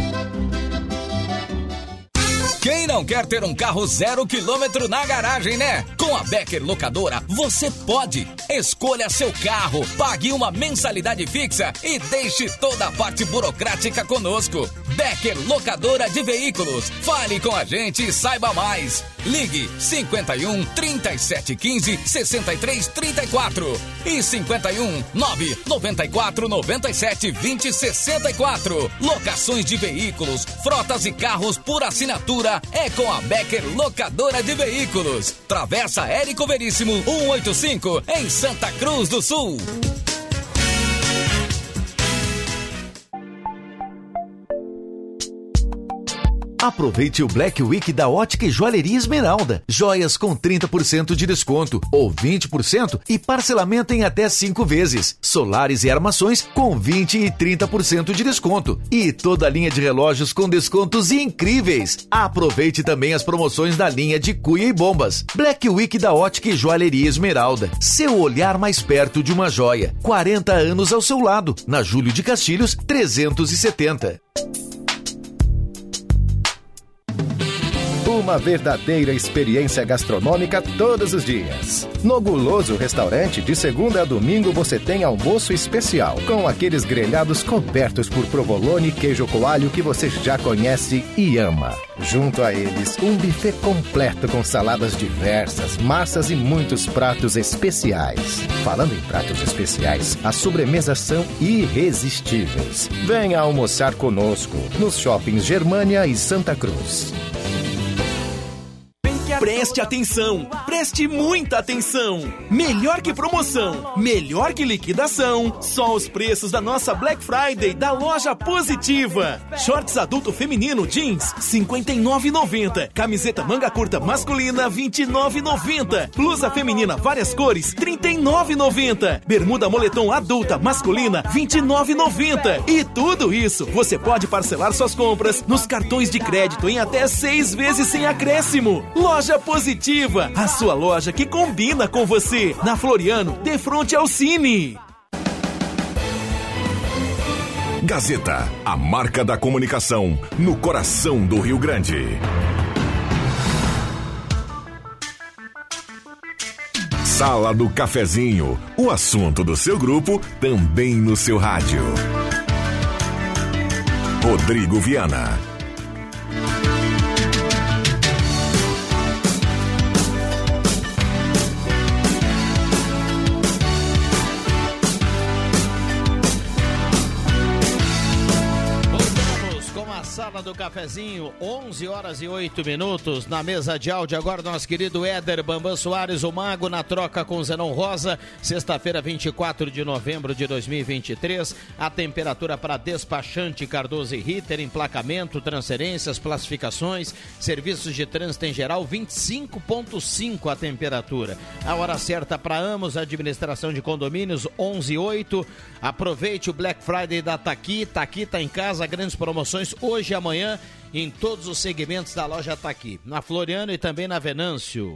Quem não quer ter um carro zero quilômetro na garagem, né? Com a Becker Locadora, você pode. Escolha seu carro, pague uma mensalidade fixa e deixe toda a parte burocrática conosco. Becker Locadora de Veículos. Fale com a gente e saiba mais. Ligue cinquenta e um, trinta e sete, quinze, sessenta e três, trinta e quatro e cinquenta e um, nove, noventa e quatro, noventa e sete, vinte, sessenta e quatro. Locações de veículos, frotas e carros por assinatura é com a Becker Locadora de Veículos. Travessa Érico Veríssimo cento e oitenta e cinco em Santa Cruz do Sul. Aproveite o Black Week da Ótica e Joalheria Esmeralda. Joias com trinta por cento de desconto ou vinte por cento e parcelamento em até cinco vezes. Solares e armações com vinte e trinta por cento de desconto. E toda a linha de relógios com descontos incríveis. Aproveite também as promoções da linha de cuia e bombas. Black Week da Ótica e Joalheria Esmeralda. Seu olhar mais perto de uma joia. quarenta anos ao seu lado. Na Júlio de Castilhos, trezentos e setenta. Uma verdadeira experiência gastronômica todos os dias. No Guloso Restaurante, de segunda a domingo, você tem almoço especial, com aqueles grelhados cobertos por provolone e queijo coalho que você já conhece e ama. Junto a eles, um buffet completo com saladas diversas, massas e muitos pratos especiais. Falando em pratos especiais, as sobremesas são irresistíveis. Venha almoçar conosco, nos shoppings Germânia e Santa Cruz. Preste atenção, preste muita atenção. Melhor que promoção, melhor que liquidação, só os preços da nossa Black Friday da Loja Positiva. Shorts adulto feminino jeans, cinquenta e nove reais e noventa centavos. Camiseta manga curta masculina, vinte e nove reais e noventa centavos. Blusa feminina várias cores, trinta e nove reais e noventa centavos. Bermuda moletom adulta masculina, vinte e nove reais e noventa centavos. E tudo isso você pode parcelar suas compras nos cartões de crédito em até seis vezes sem acréscimo. Loja Positiva, a sua loja que combina com você. Na Floriano, de frente ao Cine. Gazeta, a marca da comunicação no coração do Rio Grande. Sala do Cafezinho, o assunto do seu grupo também no seu rádio. Rodrigo Viana. Sala do Cafezinho, onze horas e oito minutos, na mesa de áudio agora nosso querido Éder Bambam Soares, o Mago, na troca com Zenon Rosa, sexta-feira, vinte e quatro de novembro de dois mil e vinte e três, a temperatura para despachante Cardoso e Ritter, emplacamento, transferências, classificações, serviços de trânsito em geral, vinte e cinco vírgula cinco a temperatura. A hora certa para Amos, administração de condomínios, onze e oito, aproveite o Black Friday da Taqui, Taqui tá em casa, grandes promoções hoje e amanhã em todos os segmentos da loja Taqui, na Floriano e também na Venâncio.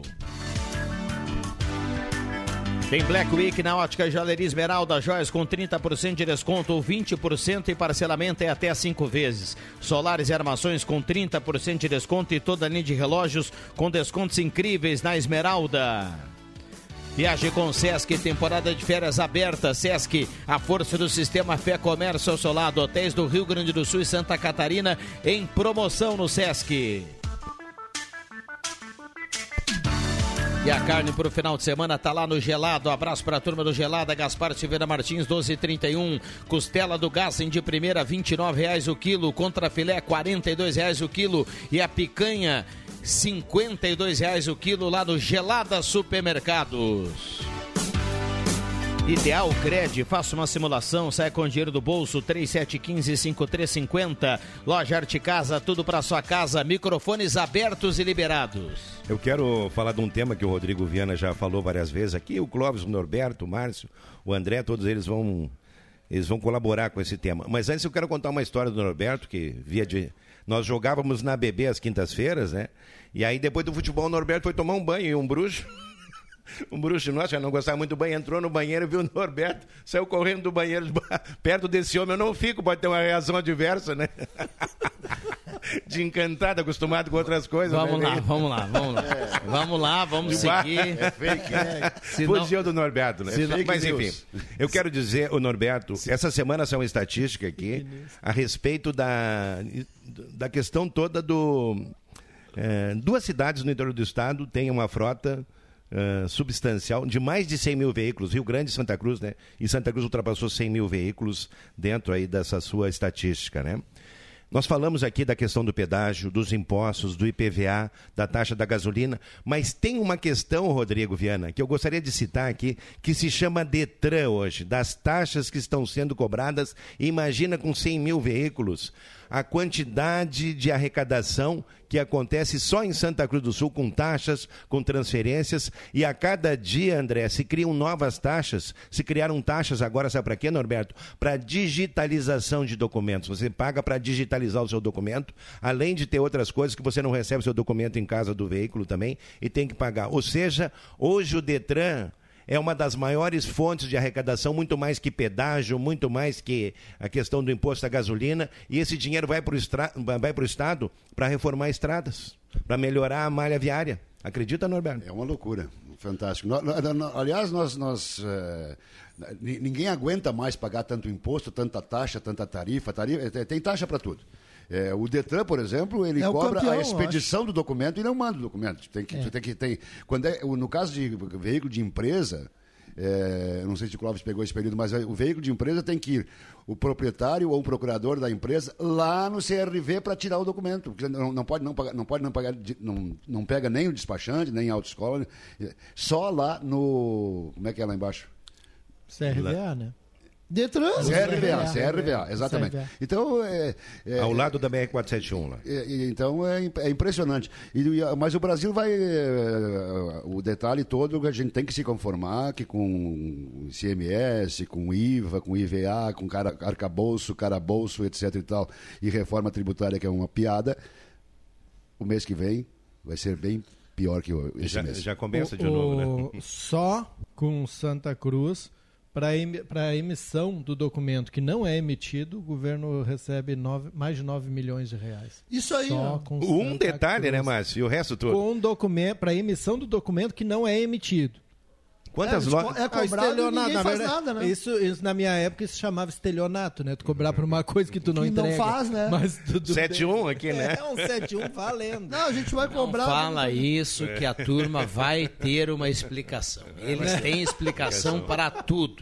Tem Black Week na Ótica Joalheria Esmeralda, joias com trinta por cento de desconto ou vinte por cento e parcelamento é até cinco vezes. Solares e armações com trinta por cento de desconto e toda a linha de relógios com descontos incríveis na Esmeralda. Viaje com o Sesc, temporada de férias aberta. Sesc, a força do sistema Fé Comércio ao seu lado. Hotéis do Rio Grande do Sul e Santa Catarina em promoção no Sesc. E a carne para o final de semana tá lá no Gelado. Abraço para a turma do Gelado. Gaspar Silveira Martins, doze e trinta e um. Costela do Gassen de primeira, vinte e nove reais o quilo. Contra filé, quarenta e dois reais o quilo. E a picanha, cinquenta e dois reais o quilo lá no Gelada Supermercados. Ideal Cred, faça uma simulação, sai com dinheiro do bolso, três sete um cinco, cinco três cinco zero. Loja Arte Casa, tudo para sua casa, microfones abertos e liberados. Eu quero falar de um tema que o Rodrigo Viana já falou várias vezes aqui, o Clóvis, o Norberto, o Márcio, o André, todos eles vão, eles vão colaborar com esse tema. Mas antes eu quero contar uma história do Norberto, que via de... Nós jogávamos na B B às quintas-feiras, né? E aí depois do futebol o Norberto foi tomar um banho e um bruxo... Um bruxo nosso, já não gostava muito do banho, entrou no banheiro, viu o Norberto, saiu correndo do banheiro, perto desse homem eu não fico, pode ter uma reação adversa, né? De encantado, acostumado com outras coisas. Vamos né? lá, vamos lá, vamos lá. É. Vamos lá, vamos seguir. É fake, né? Fugiu do Norberto, né? É Mas enfim, news. Eu quero dizer, o Norberto, essa semana saiu uma estatística aqui a respeito da, da questão toda do... É, duas cidades no interior do estado têm uma frota Uh, substancial de mais de cem mil veículos, Rio Grande e Santa Cruz, né? E Santa Cruz ultrapassou cem mil veículos dentro aí dessa sua estatística, né? Nós falamos aqui da questão do pedágio, dos impostos, do I P V A, da taxa da gasolina, mas tem uma questão, Rodrigo Viana, que eu gostaria de citar aqui, que se chama Detran hoje, das taxas que estão sendo cobradas. Imagina com cem mil veículos, a quantidade de arrecadação que acontece só em Santa Cruz do Sul, com taxas, com transferências, e a cada dia, André, se criam novas taxas, se criaram taxas agora, sabe para quê, Norberto? Para digitalização de documentos. Você paga para digitalizar o seu documento, além de ter outras coisas que você não recebe seu documento em casa do veículo também, e tem que pagar. Ou seja, hoje o Detran é uma das maiores fontes de arrecadação, muito mais que pedágio, muito mais que a questão do imposto à gasolina, e esse dinheiro vai para o estra... vai para o Estado para reformar estradas, para melhorar a malha viária. Acredita, Norberto? É uma loucura, fantástico. Aliás, nós, nós uh, ninguém aguenta mais pagar tanto imposto, tanta taxa, tanta tarifa, tarifa tem taxa para tudo. É, o Detran, por exemplo, ele é cobra campeão, a expedição do documento e não manda o documento. Tem que, é. tem que, tem, quando é, no caso de veículo de empresa, É, não sei se o Clóvis pegou esse período, mas o veículo de empresa tem que ir o proprietário ou o procurador da empresa lá no C R V para tirar o documento. Porque não, não pode não pagar, não pode não pagar, não, não pega nem o despachante, nem a autoescola, só lá no... Como é que é lá embaixo? C R V A, né? Detran. C R V A, C R V A, exatamente. C R V A. Então, é, é, ao lado da B R quatrocentos e setenta e um lá. É, então é, é impressionante. E, mas o Brasil vai... É, o detalhe todo, a gente tem que se conformar que com I C M S, com I V A, com I V A, com cara, arcabouço, carabolso, etc e tal, e reforma tributária, que é uma piada, o mês que vem vai ser bem pior que esse já, mês. Já começa o, de novo, né? Só com Santa Cruz... Para a emissão do documento que não é emitido, o governo recebe nove, mais de nove milhões de reais. Isso aí. Só com um detalhe, Cruz, né, Márcio? E o resto todo? Com documento, para a emissão do documento que não é emitido. Quantas é, lojas? É cobrado e ninguém na faz verdade, nada, né? Isso, isso, na minha época, isso chamava estelionato, né? Tu cobrar por uma coisa que tu não que entrega. não faz, né? Mas tudo sete um aqui, né? É um sete um valendo. Não, a gente vai cobrar... Não fala isso, que a turma vai ter uma explicação. Eles têm explicação para tudo.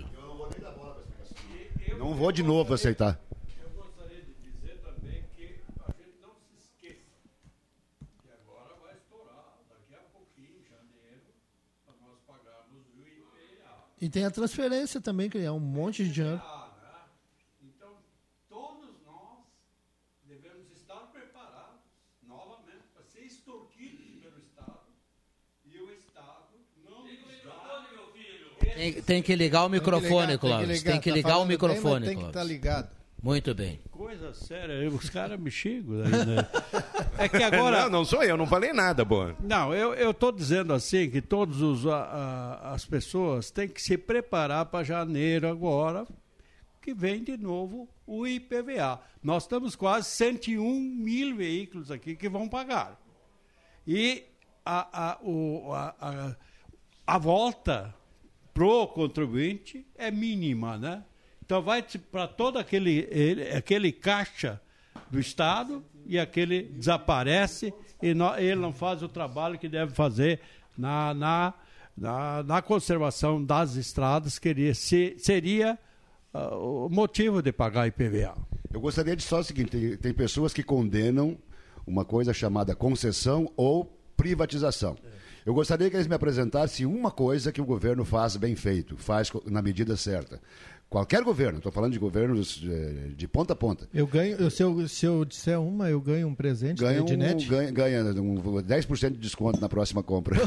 Não vou de novo aceitar. Eu gostaria de dizer também que a gente não se esqueça que agora vai estourar, daqui a pouquinho, em janeiro, para nós pagarmos o I P V A. E tem a transferência também, que é um monte de dinheiro. Então, todos nós devemos estar preparados novamente para ser extorquidos pelo Estado e o Estado não nos dá... Tem, tem que ligar o microfone, Clóvis. Tem que ligar, o microfone, Tem que estar ligado. Muito bem. Coisa séria, os caras me xingam. Né? É que agora... Não, não sou eu, não falei nada, boa. Não, eu estou dizendo assim que todas as pessoas têm que se preparar para janeiro agora, que vem de novo o I P V A. Nós estamos quase cento e um mil veículos aqui que vão pagar. E a, a, o, a, a, a volta pro contribuinte é mínima, né? Então vai para todo aquele, ele, aquele caixa do Estado e aquele desaparece e no, ele não faz o trabalho que deve fazer na, na, na, na conservação das estradas, que seria, se, seria uh, o motivo de pagar I P V A. Eu gostaria de só o seguinte, tem, tem pessoas que condenam uma coisa chamada concessão ou privatização. Eu gostaria que eles me apresentassem uma coisa que o governo faz bem feito, faz na medida certa. Qualquer governo, estou falando de governos de, de ponta a ponta. Eu ganho, eu, se, eu, se eu disser uma, eu ganho um presente ganha da Ednet? Um, ganha, ganha um dez por cento de desconto na próxima compra.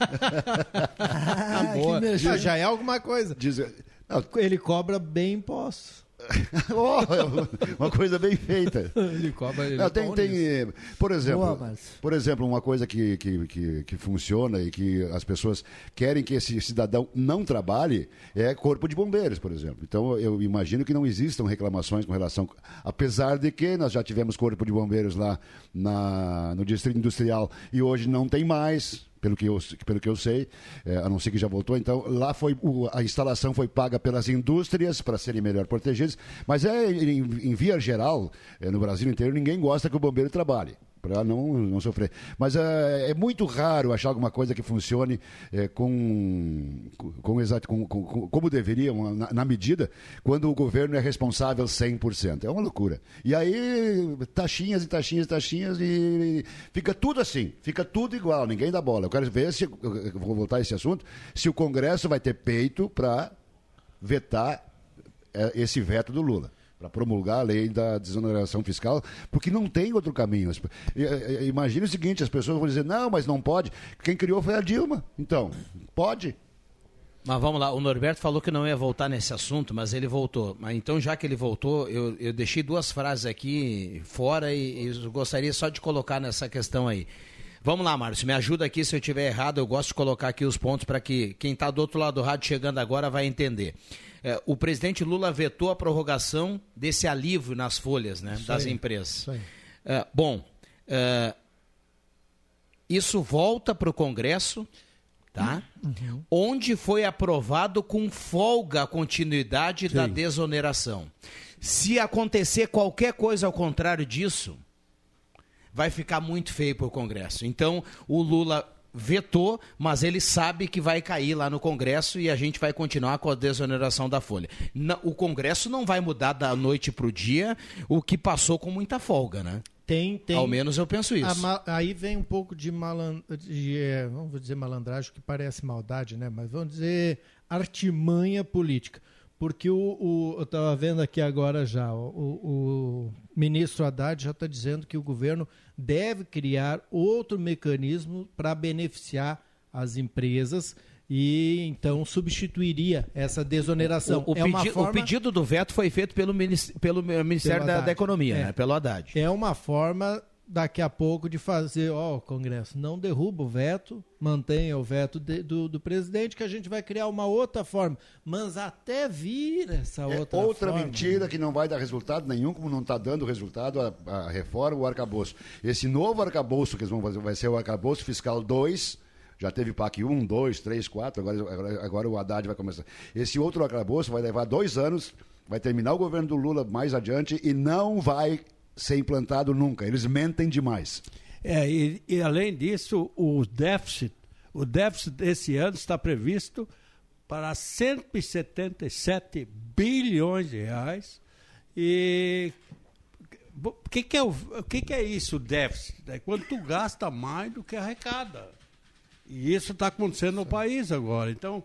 ah, boa. Já, já é alguma coisa. Diz, não, ele cobra bem impostos. Oh, uma coisa bem feita. Ele cobra, ele não, tem, tem, por exemplo, Boa, mas... por exemplo, uma coisa que, que, que, que funciona e que as pessoas querem que esse cidadão não trabalhe é corpo de bombeiros, por exemplo. Então eu imagino que não existam reclamações com relação, apesar de que nós já tivemos corpo de bombeiros lá na, no Distrito Industrial e hoje não tem mais. Pelo que eu, pelo que eu sei, é, a não ser que já voltou. Então, lá foi o, a instalação foi paga pelas indústrias para serem melhor protegidas, mas é, em, em via geral, é, no Brasil inteiro, ninguém gosta que o bombeiro trabalhe, para não, não sofrer. Mas é, é muito raro achar alguma coisa que funcione é, com, com, exato, com, com, com, como deveria, na, na medida, quando o governo é responsável cem por cento. É uma loucura. E aí, taxinhas e taxinhas e taxinhas, e fica tudo assim, fica tudo igual, ninguém dá bola. Eu quero ver se, eu vou voltar a esse assunto, se o Congresso vai ter peito para vetar é, esse veto do Lula, para promulgar a lei da desoneração fiscal, porque não tem outro caminho. Imagine o seguinte, as pessoas vão dizer, não, mas não pode. Quem criou foi a Dilma. Então, pode. Mas vamos lá, o Norberto falou que não ia voltar nesse assunto, mas ele voltou. Mas então, já que ele voltou, eu, eu deixei duas frases aqui fora e, e gostaria só de colocar nessa questão aí. Vamos lá, Márcio, me ajuda aqui se eu estiver errado, eu gosto de colocar aqui os pontos para que quem está do outro lado do rádio chegando agora vai entender. É, o presidente Lula vetou a prorrogação desse alívio nas folhas, né, das aí, empresas. Isso aí. É, bom, é, isso volta para o Congresso, tá? Uhum. Onde foi aprovado com folga a continuidade Sim. da desoneração. Se acontecer qualquer coisa ao contrário disso, vai ficar muito feio para o Congresso. Então, o Lula vetou, mas ele sabe que vai cair lá no Congresso e a gente vai continuar com a desoneração da folha. Não, o Congresso não vai mudar da noite para o dia, o que passou com muita folga, né? Tem, tem. Ao menos eu penso isso. Ma- aí vem um pouco de, malan- de é, vamos dizer malandragem, que parece maldade, né? Mas vamos dizer artimanha política. Porque o, o, eu estava vendo aqui agora já, o, o ministro Haddad já está dizendo que o governo deve criar outro mecanismo para beneficiar as empresas e então substituiria essa desoneração. O, o, é pedi- uma forma... o pedido do veto foi feito pelo, ministério, pelo Ministério da, da Economia, é. né? Pelo Haddad. É uma forma daqui a pouco de fazer, ó, o Congresso não derruba o veto, mantenha o veto de, do, do presidente, que a gente vai criar uma outra forma. Mas até vir essa É outra outra forma... mentira que não vai dar resultado nenhum, como não está dando resultado a, a reforma, o arcabouço. Esse novo arcabouço que eles vão fazer vai ser o arcabouço fiscal dois, já teve P A C um, dois, três, quatro, agora, agora, agora o Haddad vai começar. Esse outro arcabouço vai levar dois anos, vai terminar o governo do Lula mais adiante e não vai ser implantado nunca. Eles mentem demais. É, e, e além disso, o déficit, o déficit desse ano está previsto para cento e setenta e sete bilhões de reais. E o que, que, é, o, o que, que é isso, o déficit? É quando tu gasta mais do que arrecada. E isso está acontecendo no país agora. Então,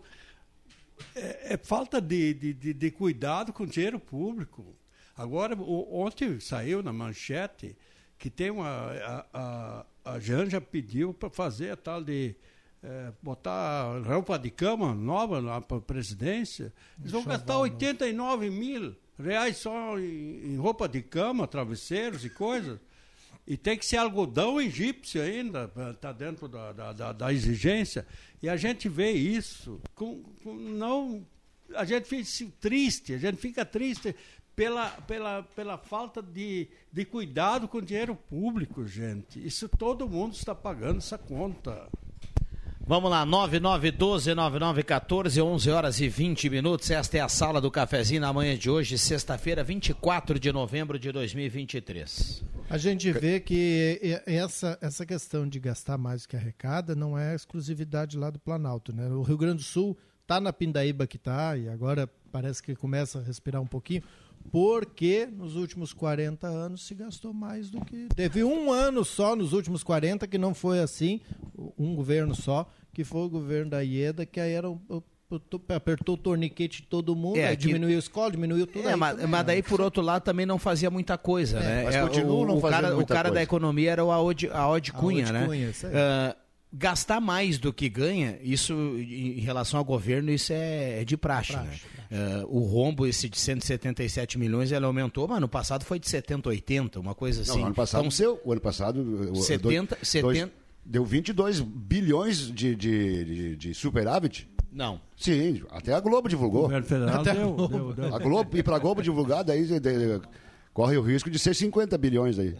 é, é falta de, de, de, de cuidado com o dinheiro público. Agora, o, ontem saiu na manchete que tem uma. A, a, a Janja pediu para fazer a tal de. É, botar roupa de cama nova lá para a presidência. Eles vão gastar oitenta e nove mil reais só em, em roupa de cama, travesseiros e coisas. E tem que ser algodão egípcio ainda, está dentro da, da, da, da exigência. E a gente vê isso, com, com, não, a gente fica triste, a gente fica triste pela, pela, pela falta de, de cuidado com o dinheiro público, gente. Isso todo mundo está pagando essa conta. Vamos lá, nove nove um dois, nove nove um quatro, onze horas e vinte minutos. Esta é a Sala do Cafezinho na manhã de hoje, sexta-feira, vinte e quatro de novembro de dois mil e vinte e três. A gente vê que essa, essa questão de gastar mais do que arrecada não é exclusividade lá do Planalto, né? O Rio Grande do Sul está na pindaíba que está e agora parece que começa a respirar um pouquinho, porque nos últimos quarenta anos se gastou mais do que... Teve um ano só nos últimos quarenta que não foi assim, um governo só, que foi o governo da Ieda, que aí era um, apertou o torniquete de todo mundo, é, aí que... diminuiu a escola, diminuiu tudo. É, aí mas, também, mas daí, né? por outro lado, também não fazia muita coisa, é, né? Mas é, continua o, não o fazendo cara, muita o cara coisa. da economia era o Aod, a Aod Cunha, Aod né? Cunha, isso aí. Uh, gastar mais do que ganha, isso em relação ao governo, isso é, é de praxe, praxe, né? praxe. Uh, o rombo esse de cento e setenta e sete milhões, ele aumentou, mas no passado foi de setenta, oitenta, uma coisa assim. Não, ano passado então, deu, o ano passado... setenta, dois, setenta... Dois, deu vinte e dois bilhões de, de, de, de superávit. Não. Sim, até a Globo divulgou. O governo federal até deu, a Globo, deu, deu. A Globo, e para a Globo divulgar, daí de, de, corre o risco de ser cinquenta bilhões aí.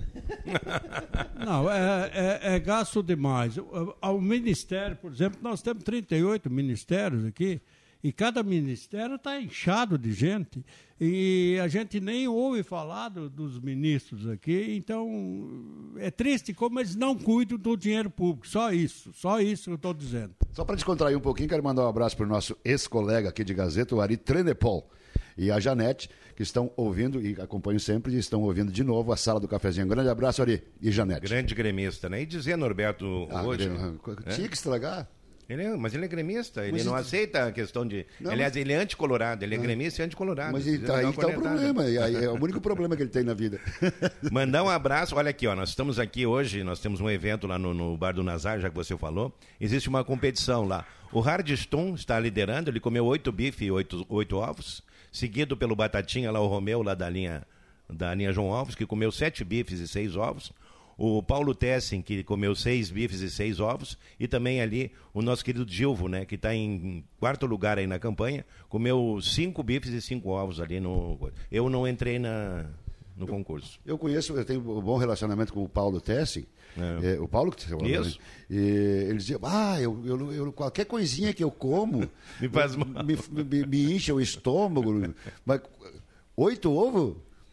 Não, é, é, é gasto demais. Ao Ministério, por exemplo, nós temos trinta e oito ministérios aqui, e cada ministério está inchado de gente, e a gente nem ouve falar do, dos ministros aqui, então é triste como eles não cuidam do dinheiro público, só isso, só isso que eu estou dizendo. Só para descontrair um pouquinho, quero mandar um abraço para o nosso ex-colega aqui de Gazeta, o Ari Trenepol, e a Janete, que estão ouvindo e acompanham sempre, e estão ouvindo de novo a Sala do Cafezinho. Um grande abraço, Ari e Janete. Grande gremista, né? E dizer, Norberto, ah, hoje... Tinha que estragar. Ele é, mas ele é gremista, ele mas não ele... aceita a questão de... Não, Aliás, mas... ele é anticolorado, ele é gremista e anticolorado. Mas ele tá, aí está o problema, né? É o único problema que ele tem na vida. Mandar um abraço, olha aqui, ó, nós estamos aqui hoje, nós temos um evento lá no, no Bar do Nazar, já que você falou, existe uma competição lá. O Hardstone está liderando, ele comeu oito bifes e oito, oito ovos, seguido pelo Batatinha lá, o Romeu, lá da linha, da linha João Alves, que comeu sete bifes e seis ovos. O Paulo Tessen, que comeu seis bifes e seis ovos, e também ali o nosso querido Gilvo, né, que está em quarto lugar aí na campanha, comeu cinco bifes e cinco ovos ali no... Eu não entrei na, no concurso. Eu, eu conheço, eu tenho um bom relacionamento com o Paulo Tessen, é. É, o Paulo que você falou, isso. E ele dizia, ah, eu, eu, eu, qualquer coisinha que eu como me faz mal. Me, me, me enche o estômago. Mas oito ovos?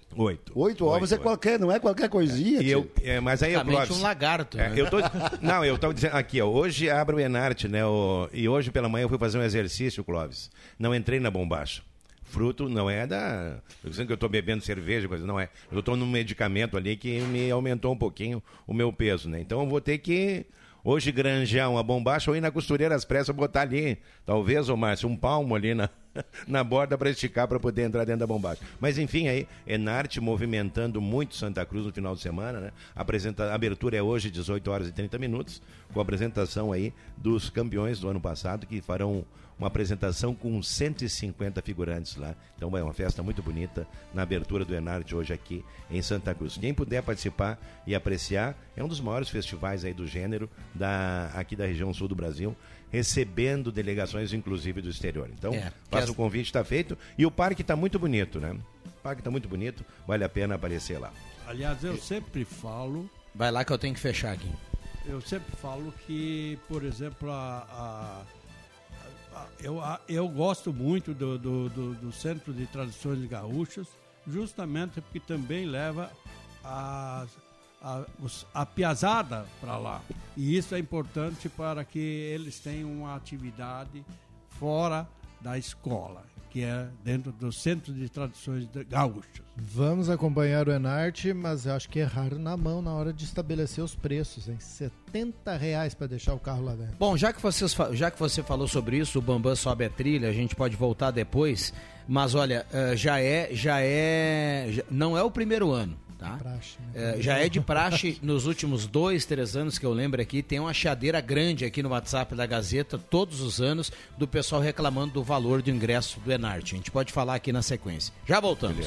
Oito. Oito ovos Oito, é qualquer, não é qualquer coisinha. E eu, é, mas aí eu Praticamente um lagarto. É, né? eu tô, não, eu estou dizendo aqui, ó, hoje abre o Enarte, né? O, e hoje pela manhã eu fui fazer um exercício, Clóvis. Não entrei na bombacha. Fruto não é da. Eu dizendo que eu estou bebendo cerveja, coisa, não é. Eu estou num medicamento ali que me aumentou um pouquinho o meu peso, né? Então eu vou ter que hoje granjear uma bombacha ou ir na costureira às pressas botar ali, talvez, ô Márcio, um palmo ali na, na borda para esticar para poder entrar dentro da bombacha. Mas enfim, aí, Enarte movimentando muito Santa Cruz no final de semana, né? A, apresenta... a abertura é hoje, dezoito horas e trinta minutos, com a apresentação aí dos campeões do ano passado, que farão uma apresentação com cento e cinquenta figurantes lá. Então é uma festa muito bonita na abertura do Enarte hoje aqui em Santa Cruz. Quem puder participar e apreciar, é um dos maiores festivais aí do gênero da, aqui da região sul do Brasil, recebendo delegações inclusive do exterior. Então, É, faça as- o convite, está feito. E o parque está muito bonito, né? O parque está muito bonito, vale a pena aparecer lá. Aliás, eu sempre falo... Vai lá que eu tenho que fechar aqui. Eu sempre falo que, por exemplo, a, a- a- eu, a- eu gosto muito do, do, do- do Centro de Tradições Gaúchas, justamente porque também leva a, a, os- a piazada para lá. E isso é importante para que eles tenham uma atividade fora da escola, que é dentro do Centro de Tradições de- Gaúchas. Vamos acompanhar o Enarte, mas eu acho que erraram na mão na hora de estabelecer os preços, hein? setenta reais para deixar o carro lá dentro. Bom, já que, vocês, fa- já que você falou sobre isso, o Bambam sobe a trilha, a gente pode voltar depois, mas olha, eh, já é, já é, já- não é o primeiro ano, tá? Praxe, né? Eh, já é de praxe, nos últimos dois, três anos que eu lembro aqui, tem uma chiadeira grande aqui no WhatsApp da Gazeta, todos os anos, do pessoal reclamando do valor do ingresso do Enarte. A gente pode falar aqui na sequência. Já voltamos.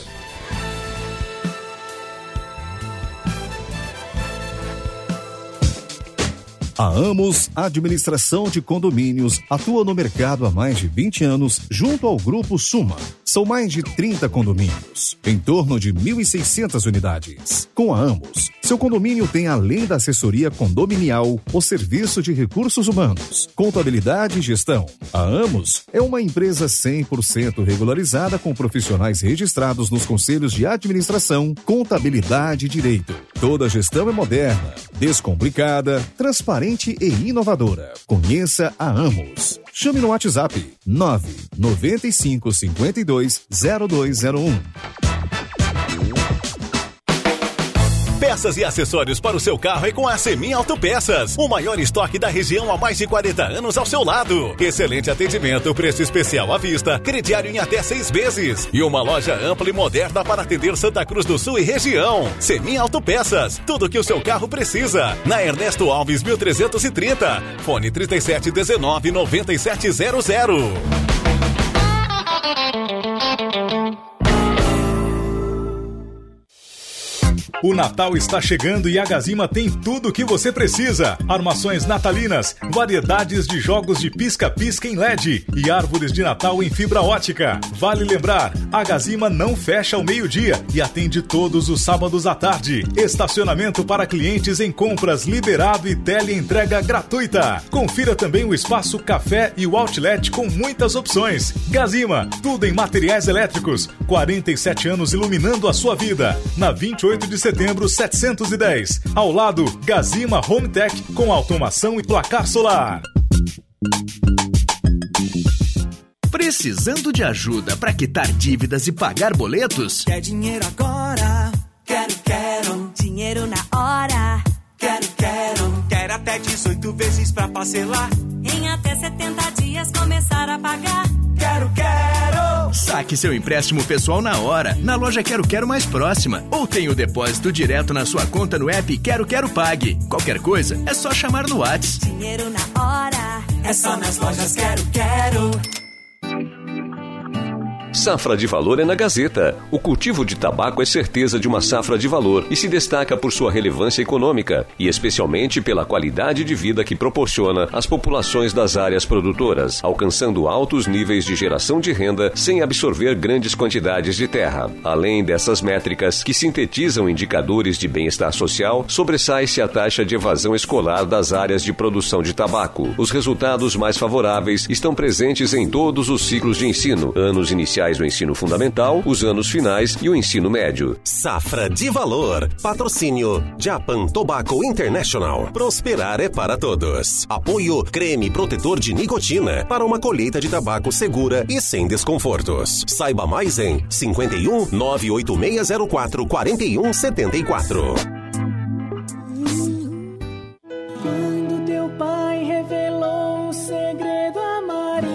A Amos Administração de Condomínios atua no mercado há mais de vinte anos junto ao Grupo Suma. São mais de trinta condomínios, em torno de mil e seiscentas unidades. Com a Amos, seu condomínio tem, além da assessoria condominial, o serviço de recursos humanos, contabilidade e gestão. A Amos é uma empresa cem por cento regularizada com profissionais registrados nos conselhos de administração, contabilidade e direito. Toda a gestão é moderna, descomplicada, transparente e inovadora. Conheça a Amos. Chame no WhatsApp nove nove cinco cinco dois zero dois zero um. Peças e acessórios para o seu carro é com a Semin Autopeças. O maior estoque da região há mais de quarenta anos ao seu lado. Excelente atendimento, preço especial à vista, crediário em até seis vezes. E uma loja ampla e moderna para atender Santa Cruz do Sul e região. Semin Autopeças, tudo que o seu carro precisa. Na Ernesto Alves mil trezentos e trinta. Fone trinta e sete dezenove noventa e sete zero zero. O Natal está chegando e a Gazima tem tudo o que você precisa. Armações natalinas, variedades de jogos de pisca-pisca em L E D e árvores de Natal em fibra ótica. Vale lembrar, a Gazima não fecha ao meio-dia e atende todos os sábados à tarde. Estacionamento para clientes em compras liberado e teleentrega gratuita. Confira também o espaço café e o outlet com muitas opções. Gazima, tudo em materiais elétricos. quarenta e sete anos iluminando a sua vida. Na vinte e oito de setembro, setecentos e dez. Ao lado, Gazima Home Tech com automação e placar solar. Precisando de ajuda para quitar dívidas e pagar boletos? Quer dinheiro agora? Quero, quero. Dinheiro na hora? Quero, quero. Quero até dezoito vezes pra parcelar. Em até setenta dias começar a pagar. Quero, quero. Saque seu empréstimo pessoal na hora, na loja Quero Quero mais próxima. Ou tenha o depósito direto na sua conta no app Quero Quero Pague. Qualquer coisa, é só chamar no WhatsApp. Dinheiro na hora? É só nas lojas Quero, quero. Safra de valor é na Gazeta. O cultivo de tabaco é certeza de uma safra de valor e se destaca por sua relevância econômica e especialmente pela qualidade de vida que proporciona às populações das áreas produtoras, alcançando altos níveis de geração de renda sem absorver grandes quantidades de terra. Além dessas métricas, que sintetizam indicadores de bem-estar social, sobressai-se a taxa de evasão escolar das áreas de produção de tabaco. Os resultados mais favoráveis estão presentes em todos os ciclos de ensino, anos iniciais especiais no ensino fundamental, os anos finais e o ensino médio. Safra de Valor. Patrocínio Japan Tobacco International. Prosperar é para todos. Apoio creme protetor de nicotina para uma colheita de tabaco segura e sem desconfortos. Saiba mais em cinco um nove oito seis zero quatro quatro um sete quatro. Quando teu pai revelou o segredo a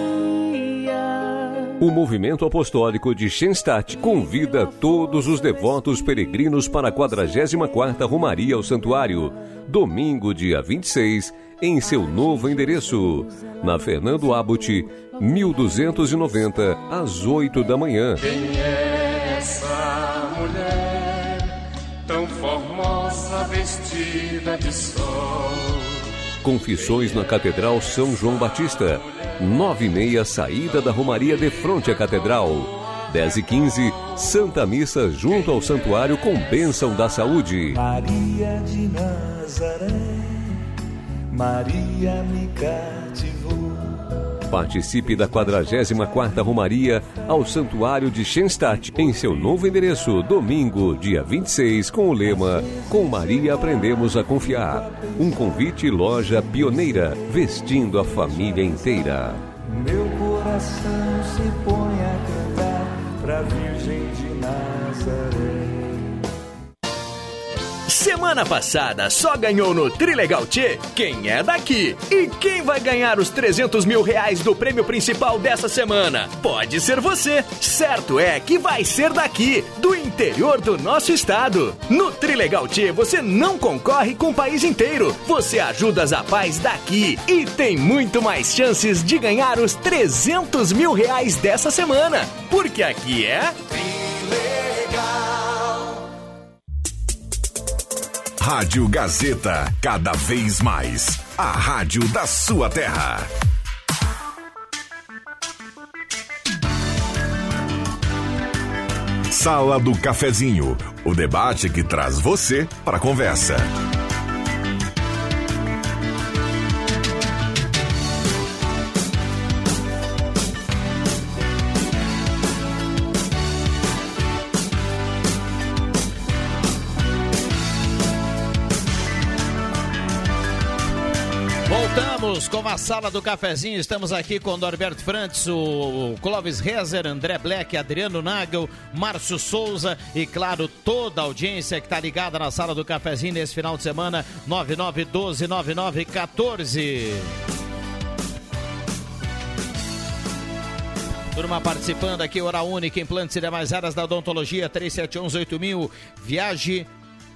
Maria. O movimento apostólico de Schenstatt convida todos os devotos peregrinos para a quadragésima quarta Romaria ao Santuário, domingo, dia vinte e seis, em seu novo endereço, na Fernando Abbott, mil duzentos e noventa, às oito da manhã. Quem é essa mulher tão formosa, vestida de sol? Confissões na Catedral São João Batista, nove e meia, saída da Romaria de frente à Catedral. dez e quinze, Santa Missa junto ao Santuário com bênção da saúde. Maria de Nazaré, Maria me cativou. Participe da quadragésima quarta Romaria ao Santuário de Schenstatt, em seu novo endereço, domingo, dia vinte e seis, com o lema Com Maria aprendemos a confiar. Um convite loja pioneira, vestindo a família inteira. Meu coração se põe a cantar pra Virgem de Nazaré. Semana passada só ganhou no Trilegal Tchê quem é daqui. E quem vai ganhar os trezentos mil reais do prêmio principal dessa semana? Pode ser você. Certo é que vai ser daqui, do interior do nosso estado. No Trilegal Tchê você não concorre com o país inteiro. Você ajuda as APAES daqui e tem muito mais chances de ganhar os trezentos mil reais dessa semana. Porque aqui é... Rádio Gazeta, cada vez mais a rádio da sua terra. Sala do Cafezinho, o debate que traz você para a conversa. Voltamos com a Sala do Cafezinho. Estamos aqui com o Norberto Frantz, o Clóvis Rezer, André Black, Adriano Nagel, Márcio Souza e, claro, toda a audiência que está ligada na Sala do Cafezinho nesse final de semana. nove nove um dois nove nove um quatro. Turma participando aqui, Hora Única, implantes e demais áreas da odontologia, três sete um oito mil. Viaje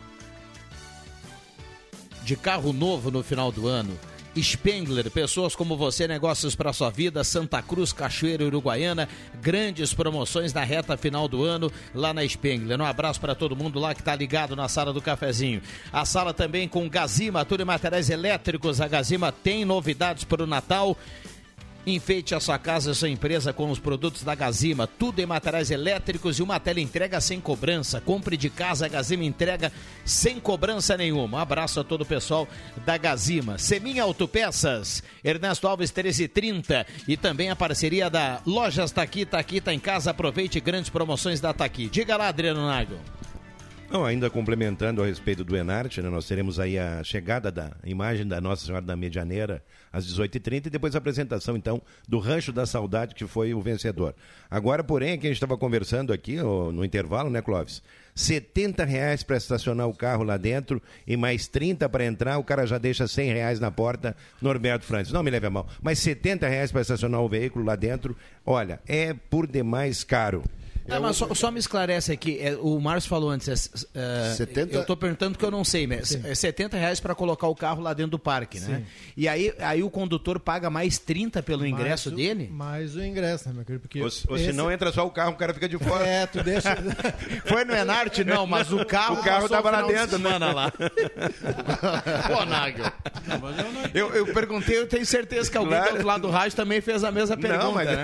de carro novo no final do ano. Spengler, pessoas como você, negócios para sua vida. Santa Cruz, Cachoeira, Uruguaiana, grandes promoções na reta final do ano lá na Spengler. Um abraço para todo mundo lá que está ligado na Sala do Cafezinho. A sala também com Gazima, tudo em materiais elétricos. A Gazima tem novidades para o Natal. Enfeite a sua casa e a sua empresa com os produtos da Gazima, tudo em materiais elétricos e uma teleentrega sem cobrança. Compre de casa, a Gazima entrega sem cobrança nenhuma. Um abraço a todo o pessoal da Gazima. Seminha Autopeças, Ernesto Alves treze trinta, e também a parceria da Lojas Taqui. Taqui tá em casa, aproveite grandes promoções da Taqui. Diga lá, Adriano Nagel. Não, ainda complementando a respeito do Enarte, né, nós teremos aí a chegada da imagem da Nossa Senhora da Medianeira às dezoito e trinta e depois a apresentação, então, do Rancho da Saudade, que foi o vencedor. Agora, porém, que a gente estava conversando aqui ó, no intervalo, né, Clóvis? setenta reais para estacionar o carro lá dentro e mais trinta para entrar, o cara já deixa cem reais na porta, Norberto Frantz. Não me leve a mal, mas setenta reais para estacionar o veículo lá dentro, olha, é por demais caro. Não, mas só, só me esclarece aqui, é, o Márcio falou antes, é, setenta... eu estou perguntando que eu não sei, mas é setenta reais para colocar o carro lá dentro do parque, né? Sim. E aí, aí o condutor paga mais trinta pelo ingresso mais o, dele? Mais o ingresso, né, meu querido? Porque ou ou esse... se não entra só o carro, o cara fica de fora. É, tu deixa... Foi no Enarte? Não, mas o carro... O carro estava lá dentro, de semana, né? Lá. Pô, Nagel. Eu, eu perguntei, eu tenho certeza que alguém claro. do outro lado do rádio também fez a mesma pergunta, não, mas... né?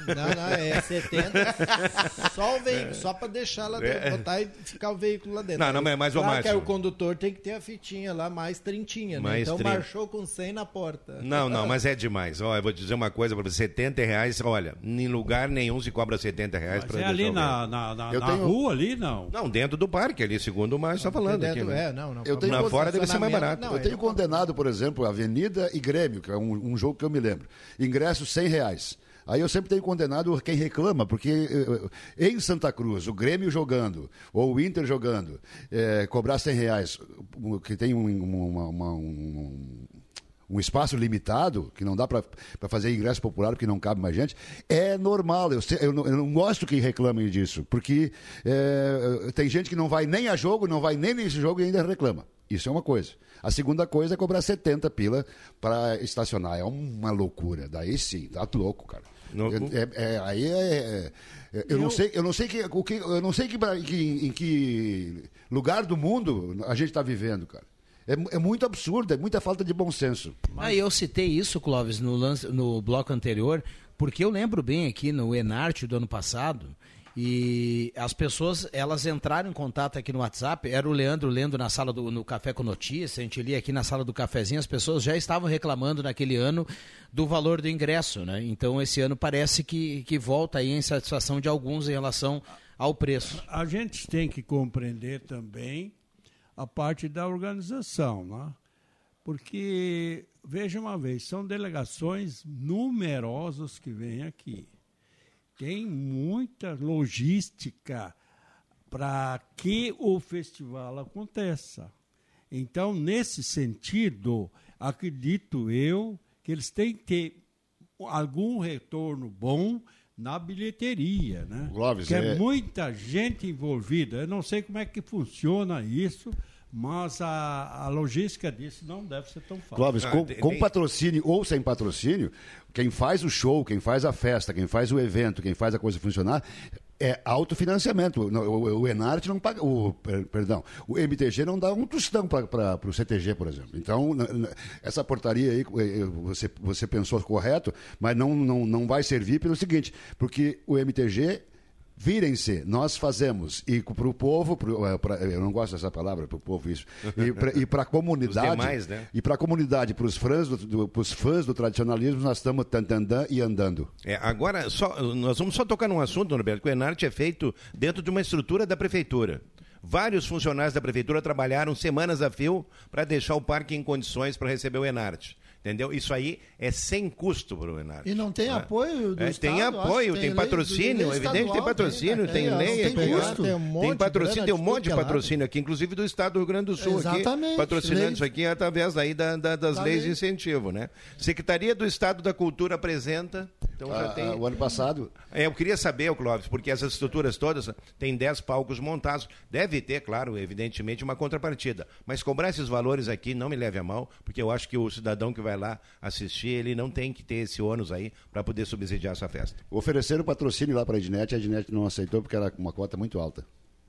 Não, não, é setenta. Só o veículo, só para deixar lá dentro, É. botar e ficar o veículo lá dentro. Não, não, mas o claro máximo. que aí o condutor tem que ter a fitinha lá, mais trintinha, né? Mais Então trinta. marchou com cem na porta. Não, não, mas é demais. Ó, eu vou te dizer uma coisa para você, setenta reais, olha, em lugar nenhum se cobra setenta reais para É ali na, na, na, Eu na tenho- rua, ali, não? Não, dentro do parque, ali, segundo o Márcio está falando aqui. dentro, né? é, não, não. Eu tenho Na fora deve ser mais barato. eu tenho condenado, por exemplo, Avenida e Grêmio, que é um, um jogo que eu me lembro. Ingresso cem reais. Aí eu sempre tenho condenado quem reclama, porque eh, em Santa Cruz, o Grêmio jogando, ou o Inter jogando, eh, cobrar cem reais, que tem um, uma- uma- um, um espaço limitado, que não dá para fazer ingresso popular porque não cabe mais gente, é normal. Eu, sei- eu, não, eu não gosto que reclamem disso, porque eh, tem gente que não vai nem a jogo, não vai nem nesse jogo e ainda reclama. Isso é uma coisa. A segunda coisa é cobrar setenta pila para estacionar. É uma loucura. Daí sim, tá louco, cara. É- é- aí é, é- eu, não sei, eu não sei que, o que, eu não sei que, que- em que lugar do mundo a gente está vivendo, cara. É, mu- é muito absurdo, é muita falta de bom senso. Ah, eu citei isso, Clóvis, no, lance, no bloco anterior, porque eu lembro bem aqui no Enarte do ano passado, e as pessoas, elas entraram em contato aqui no WhatsApp, era o Leandro lendo na sala do no Café com Notícia, a gente lia aqui na sala do cafezinho, as pessoas já estavam reclamando naquele ano do valor do ingresso, né? Então esse ano parece que, que volta aí a insatisfação de alguns em relação ao preço. A gente tem que compreender também a parte da organização, né? Porque, veja uma vez, são delegações numerosas que vêm aqui. Tem muita logística para que o festival aconteça. Então, nesse sentido, acredito eu que eles têm que ter algum retorno bom na bilheteria, né? Clóvis, que é... é- muita gente envolvida. Eu não sei como é que funciona isso, mas a, a logística disso não deve ser tão fácil. Clóvis, Ah, com, tem- com tem- patrocínio ou sem patrocínio, quem faz o show, quem faz a festa, quem faz o evento, quem faz a coisa funcionar, é autofinanciamento. Não, O, o Enarte não paga, o, per- perdão, o M T G não dá um tostão para o C T G, por exemplo. Então, n- n- essa portaria aí, eh, você, você pensou correto, mas não, não, não vai servir pelo seguinte, porque o M T G... Virem-se, nós fazemos, e para o povo, pro, eh, pra- eu não gosto dessa palavra, para o povo isso, e para a comunidade, Os demais, né? e para a comunidade, para os fãs do, do, pros fãs do tradicionalismo, nós estamos tantandã e andando. É, agora, só, nós vamos só tocar num assunto, Norberto, que o Enarte é feito dentro de uma estrutura da prefeitura. Vários funcionários da prefeitura trabalharam semanas a fio para deixar o parque em condições para receber o Enarte. Entendeu? Isso aí é sem custo para o Enarte. E não tem né? apoio do É, Estado? tem acho, apoio, tem, lei- patrocínio, lei evidente que tem estadual, patrocínio, né? tem É, lei, não tem tem, custo. tem, Tem um monte de patrocínio, grana tem um de monte tudo de que é lado. patrocínio aqui, inclusive do Estado do Rio Grande do Sul, Exatamente, aqui, patrocinando lei- isso aqui através aí da, da- das Da leis de lei. incentivo, né? Secretaria do Estado da Cultura apresenta, então já Ah, tem... ah, o ano passado... É, eu queria saber, Clóvis, porque essas estruturas todas têm dez palcos montados. Deve ter, claro, evidentemente, uma contrapartida. Mas cobrar esses valores aqui, não me leve a mal, porque eu acho que o cidadão que vai lá assistir, ele não tem que ter esse ônus aí para poder subsidiar essa festa. Ofereceram patrocínio lá para a Ednet, a Ednet não aceitou porque era uma cota muito alta.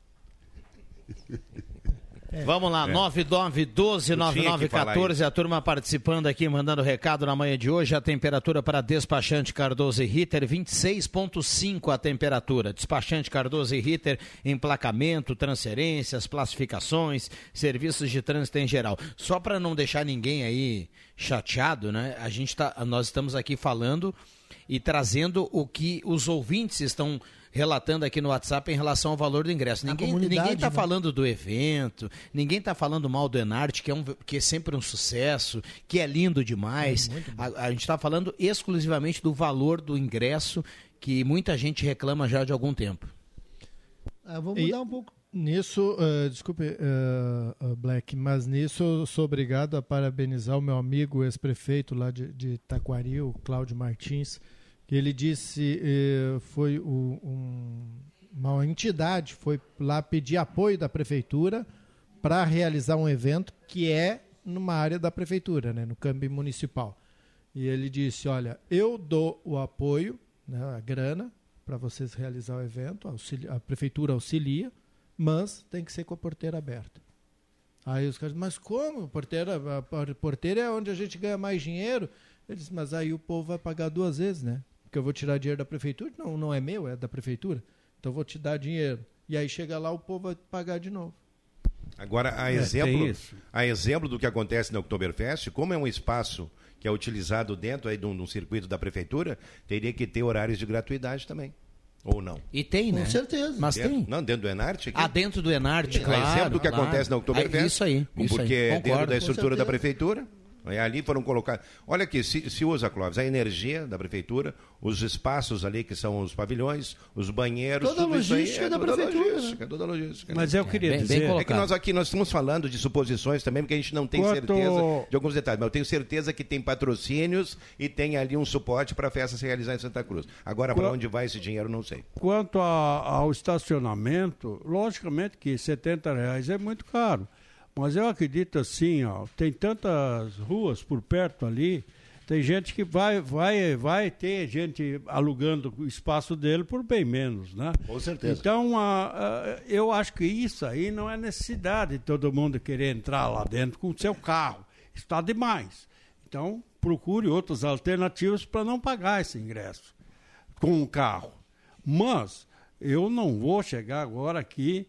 Vamos lá, É. nove nove um dois nove nove um quatro, a turma participando aqui, mandando recado na manhã de hoje. A temperatura para despachante Cardoso e Ritter, vinte e seis vírgula cinco a temperatura. Despachante Cardoso e Ritter, emplacamento, transferências, classificações, serviços de trânsito em geral. Só para não deixar ninguém aí chateado, né? A gente tá, nós estamos aqui falando e trazendo o que os ouvintes estão relatando aqui no WhatsApp em relação ao valor do ingresso. Ninguém comunidade, está né? falando do evento, ninguém está falando mal do Enarte, que é, um, que é sempre um sucesso, que é lindo demais. A, a gente está falando exclusivamente do valor do ingresso, que muita gente reclama já de algum tempo. Ah, vamos E mudar um pouco. Nisso, uh, desculpe, uh, uh, Black, mas nisso eu sou obrigado a parabenizar o meu amigo ex-prefeito lá de, de Taquari, o Cláudio Martins, que ele disse eh, foi o, um, uma entidade, foi lá pedir apoio da prefeitura para realizar um evento que é numa área da prefeitura, né, no campo municipal. E ele disse, olha, eu dou o apoio, né, a grana, para vocês realizar o evento, auxilia, a prefeitura auxilia, mas tem que ser com a porteira aberta. Aí os caras, mas como? Porteira, a porteira é onde a gente ganha mais dinheiro. Ele disse, mas aí o povo vai pagar duas vezes, né? porque eu vou tirar dinheiro da prefeitura. Não, não é meu, é da prefeitura. Então eu vou te dar dinheiro. E aí chega lá, o povo vai pagar de novo. Agora, a exemplo, a exemplo do que acontece na Oktoberfest, como é um espaço que é utilizado dentro aí de um, de um circuito da prefeitura, teria que ter horários de gratuidade também. Ou não? E tem, né? Com certeza. Mas dentro, tem. Não, dentro do Enarte? Ah, dentro do Enarte, é, claro. A exemplo do que claro. acontece na Oktoberfest. É isso aí. Isso porque aí. é Concordo, dentro da estrutura da certeza. prefeitura. Ali foram colocados. Olha aqui, se, se usa, Clóvis, a energia da prefeitura, os espaços ali que são os pavilhões, os banheiros. Toda a logística é da toda prefeitura. Logística, toda a logística. Mas eu queria É, bem- dizer... bem É que nós aqui nós estamos falando de suposições também, porque a gente não tem Quanto- certeza de alguns detalhes. Mas eu tenho certeza que tem patrocínios e tem ali um suporte para a festa se realizar em Santa Cruz. Agora, para Qua- onde vai esse dinheiro, não sei. Quanto a- ao estacionamento, logicamente que setenta reais é muito caro. Mas eu acredito assim, ó, tem tantas ruas por perto ali, tem gente que vai, vai, vai ter gente alugando o espaço dele por bem menos, né? Com certeza. Então, a, a, eu acho que isso aí não é necessidade de todo mundo querer entrar lá dentro com o seu carro. Está demais. Então, procure outras alternativas para não pagar esse ingresso com o carro. Mas eu não vou chegar agora aqui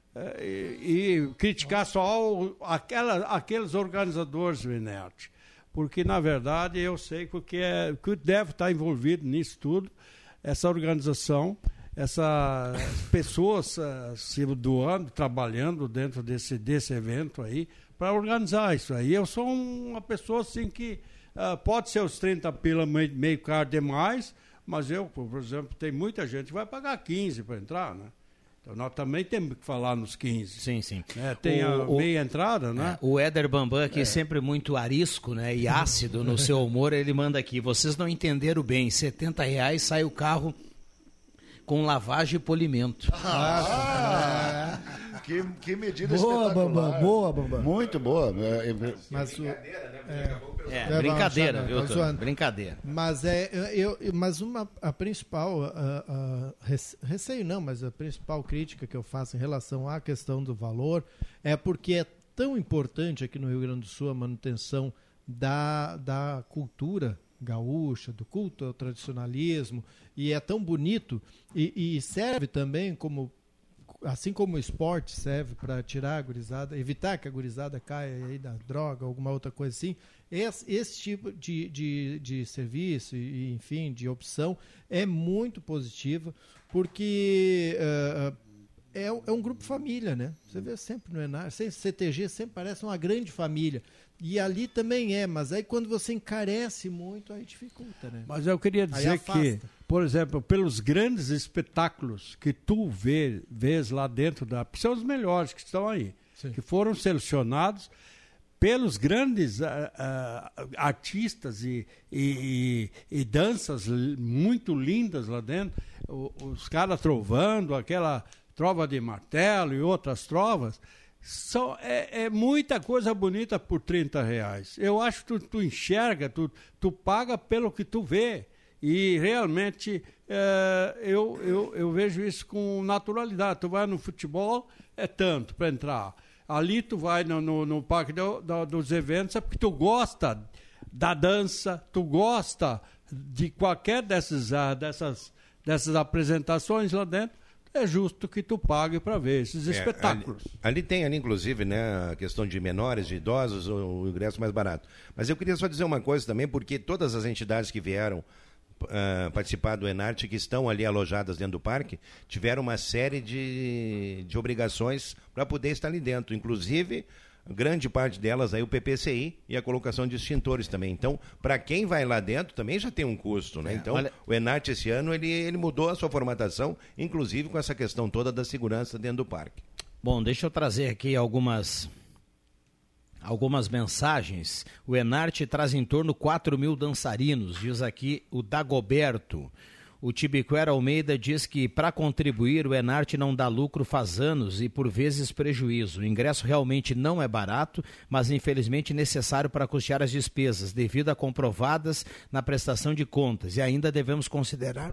eh, e, e criticar só o, aquela, aqueles organizadores do Enerte. Porque, na verdade, eu sei que, é, que deve estar envolvido nisso tudo, essa organização, essas pessoas uh, se doando, trabalhando dentro desse, desse evento aí, para organizar isso aí. Eu sou uma pessoa assim que uh, pode ser os trinta pila meio, meio caro demais, mas eu, por exemplo, tem muita gente que vai pagar quinze para entrar, né? Então nós também temos que falar nos quinze. Sim, sim. É, tem O- a o- meia entrada, né? É, o Éder Bambam aqui, É. sempre muito arisco, né, e ácido no seu humor, ele manda aqui, vocês não entenderam bem, setenta reais sai o carro com lavagem e polimento. Ah, que, que medida Boa, espetacular. Bambam, boa, Bambam. Muito boa. É, é, Mas o, É, É, brincadeira, vamos, viu, vamos Tony? zoando. Brincadeira. Mas é eu, eu- mas uma a principal a, a, rece- receio não, mas a principal crítica que eu faço em relação à questão do valor é porque é tão importante aqui no Rio Grande do Sul a manutenção da, da cultura gaúcha, do culto ao tradicionalismo, e é tão bonito e, e serve também como assim como o esporte serve para tirar a gurizada, evitar que a gurizada caia aí da droga, alguma outra coisa assim, esse, esse tipo de, de, de serviço e, enfim, de opção é muito positiva, porque uh, é, é um grupo família, né? Você vê sempre no Enar, C T G sempre parece uma grande família. E ali também é, mas aí quando você encarece muito, aí dificulta, né? Mas eu queria Aí dizer afasta. que, por exemplo, pelos grandes espetáculos que tu vê, vês lá dentro da... São os melhores que estão aí, Sim. que foram selecionados pelos grandes ah, ah, artistas e, e, e, e danças l- muito lindas lá dentro, o- os caras trovando, aquela trova de martelo e outras trovas, são, é, é muita coisa bonita por trinta reais. Eu acho que tu, tu enxerga, tu, tu paga pelo que tu vê. E realmente é, eu, eu, eu vejo isso com naturalidade. Tu vai no futebol, é tanto para entrar. Ali tu vai no, no, no parque do, do, dos eventos, é porque tu gosta da dança, tu gosta de qualquer dessas, ah, dessas, dessas apresentações lá dentro. É justo que tu pague para ver esses É, espetáculos. Ali, ali tem, ali, inclusive, né, a questão de menores, de idosos, o, o ingresso mais barato. Mas eu queria só dizer uma coisa também, porque todas as entidades que vieram ah, participar do Enarte, que estão ali alojadas dentro do parque, tiveram uma série de, de obrigações para poder estar ali dentro. Inclusive, grande parte delas aí o P P C I e a colocação de extintores também. Então, para quem vai lá dentro também já tem um custo, né? É, Então, olha- o Enarte esse ano ele, ele mudou a sua formatação, inclusive com essa questão toda da segurança dentro do parque. Bom, deixa eu trazer aqui algumas algumas mensagens. O Enarte traz em torno de quatro mil dançarinos, diz aqui o Dagoberto. O Tibiquera Almeida diz que para contribuir o Enarte não dá lucro faz anos e por vezes prejuízo. O ingresso realmente não é barato, mas infelizmente necessário para custear as despesas, devido a comprovadas na prestação de contas. E ainda devemos considerar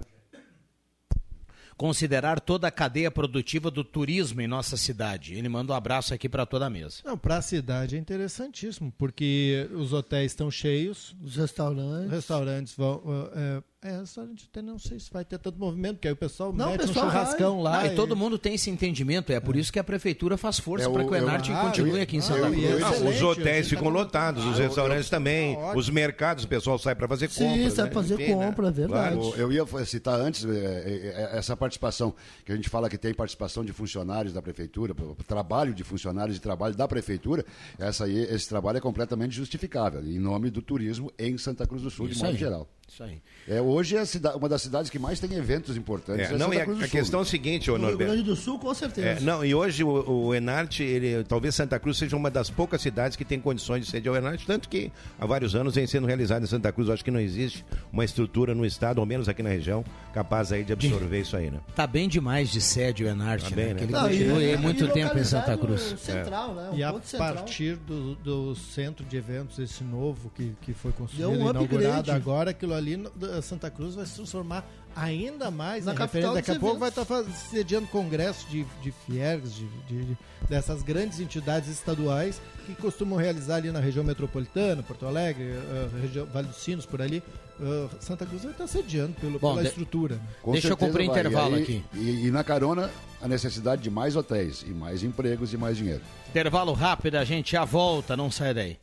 considerar toda a cadeia produtiva do turismo em nossa cidade. Ele manda um abraço aqui para toda a mesa. Não, para a cidade é interessantíssimo, porque os hotéis estão cheios, os restaurantes, restaurantes vão, é, É, restaurante até não sei se vai ter tanto movimento, porque aí o pessoal não, mete o pessoal um churrascão vai. lá. Não, e... e todo mundo tem esse entendimento, é por isso que a prefeitura faz força É, para que o Enarte eu- ah, continue eu- aqui em ah, Santa eu- Cruz. eu- Ah, os hotéis gente, ficam tá- lotados, os Ah, restaurantes eu- também, ótimo. os mercados, o pessoal sai para fazer Sim, compras. sai né? fazer Enfim, né? compra, é verdade. Eu, eu ia citar antes é, é, é, essa participação, que a gente fala que tem participação de funcionários da prefeitura, trabalho de funcionários e trabalho da prefeitura, essa aí, esse trabalho é completamente justificável, em nome do turismo em Santa Cruz do Sul, Isso de modo aí. geral. Isso aí. É, hoje é a cida- uma das cidades que mais tem eventos importantes. É, é não, Santa e a, Cruz do a Sul. questão é o seguinte, ô No Rio Norberto. Grande do Sul, com certeza. É, não, e hoje o, o Enarte, ele, talvez Santa Cruz seja uma das poucas cidades que tem condições de sediar o Enarte, tanto que há vários anos vem sendo realizado em Santa Cruz. Eu acho que não existe uma estrutura no estado, ou menos aqui na região, capaz aí de absorver isso aí, né? Tá bem demais de sede o Enarte, Tá né? bem, né? Que ele Não, continue e- aí e muito tempo em localizado Santa Cruz. Central, né? Um E a ponto central. partir do, do centro de eventos, esse novo que, que foi construído Deu um e inaugurado upgrade. agora, aquilo ali, no- da- Santa Cruz vai se transformar ainda mais Na em capital referência. Daqui a dos pouco vai eventos. estar sediando congresso de, de Fiergs, de, de- de- dessas grandes entidades estaduais que costumam realizar ali na região metropolitana, Porto Alegre, eh, região Vale dos Sinos, por ali. Eh, Santa Cruz vai estar sediando pelo, Bom, pela de- estrutura. Com Deixa eu certeza cumprir vai. intervalo E aí- aqui. E, e na carona, a necessidade de mais hotéis, e mais empregos e mais dinheiro. Intervalo rápido, a gente já volta, não sai daí.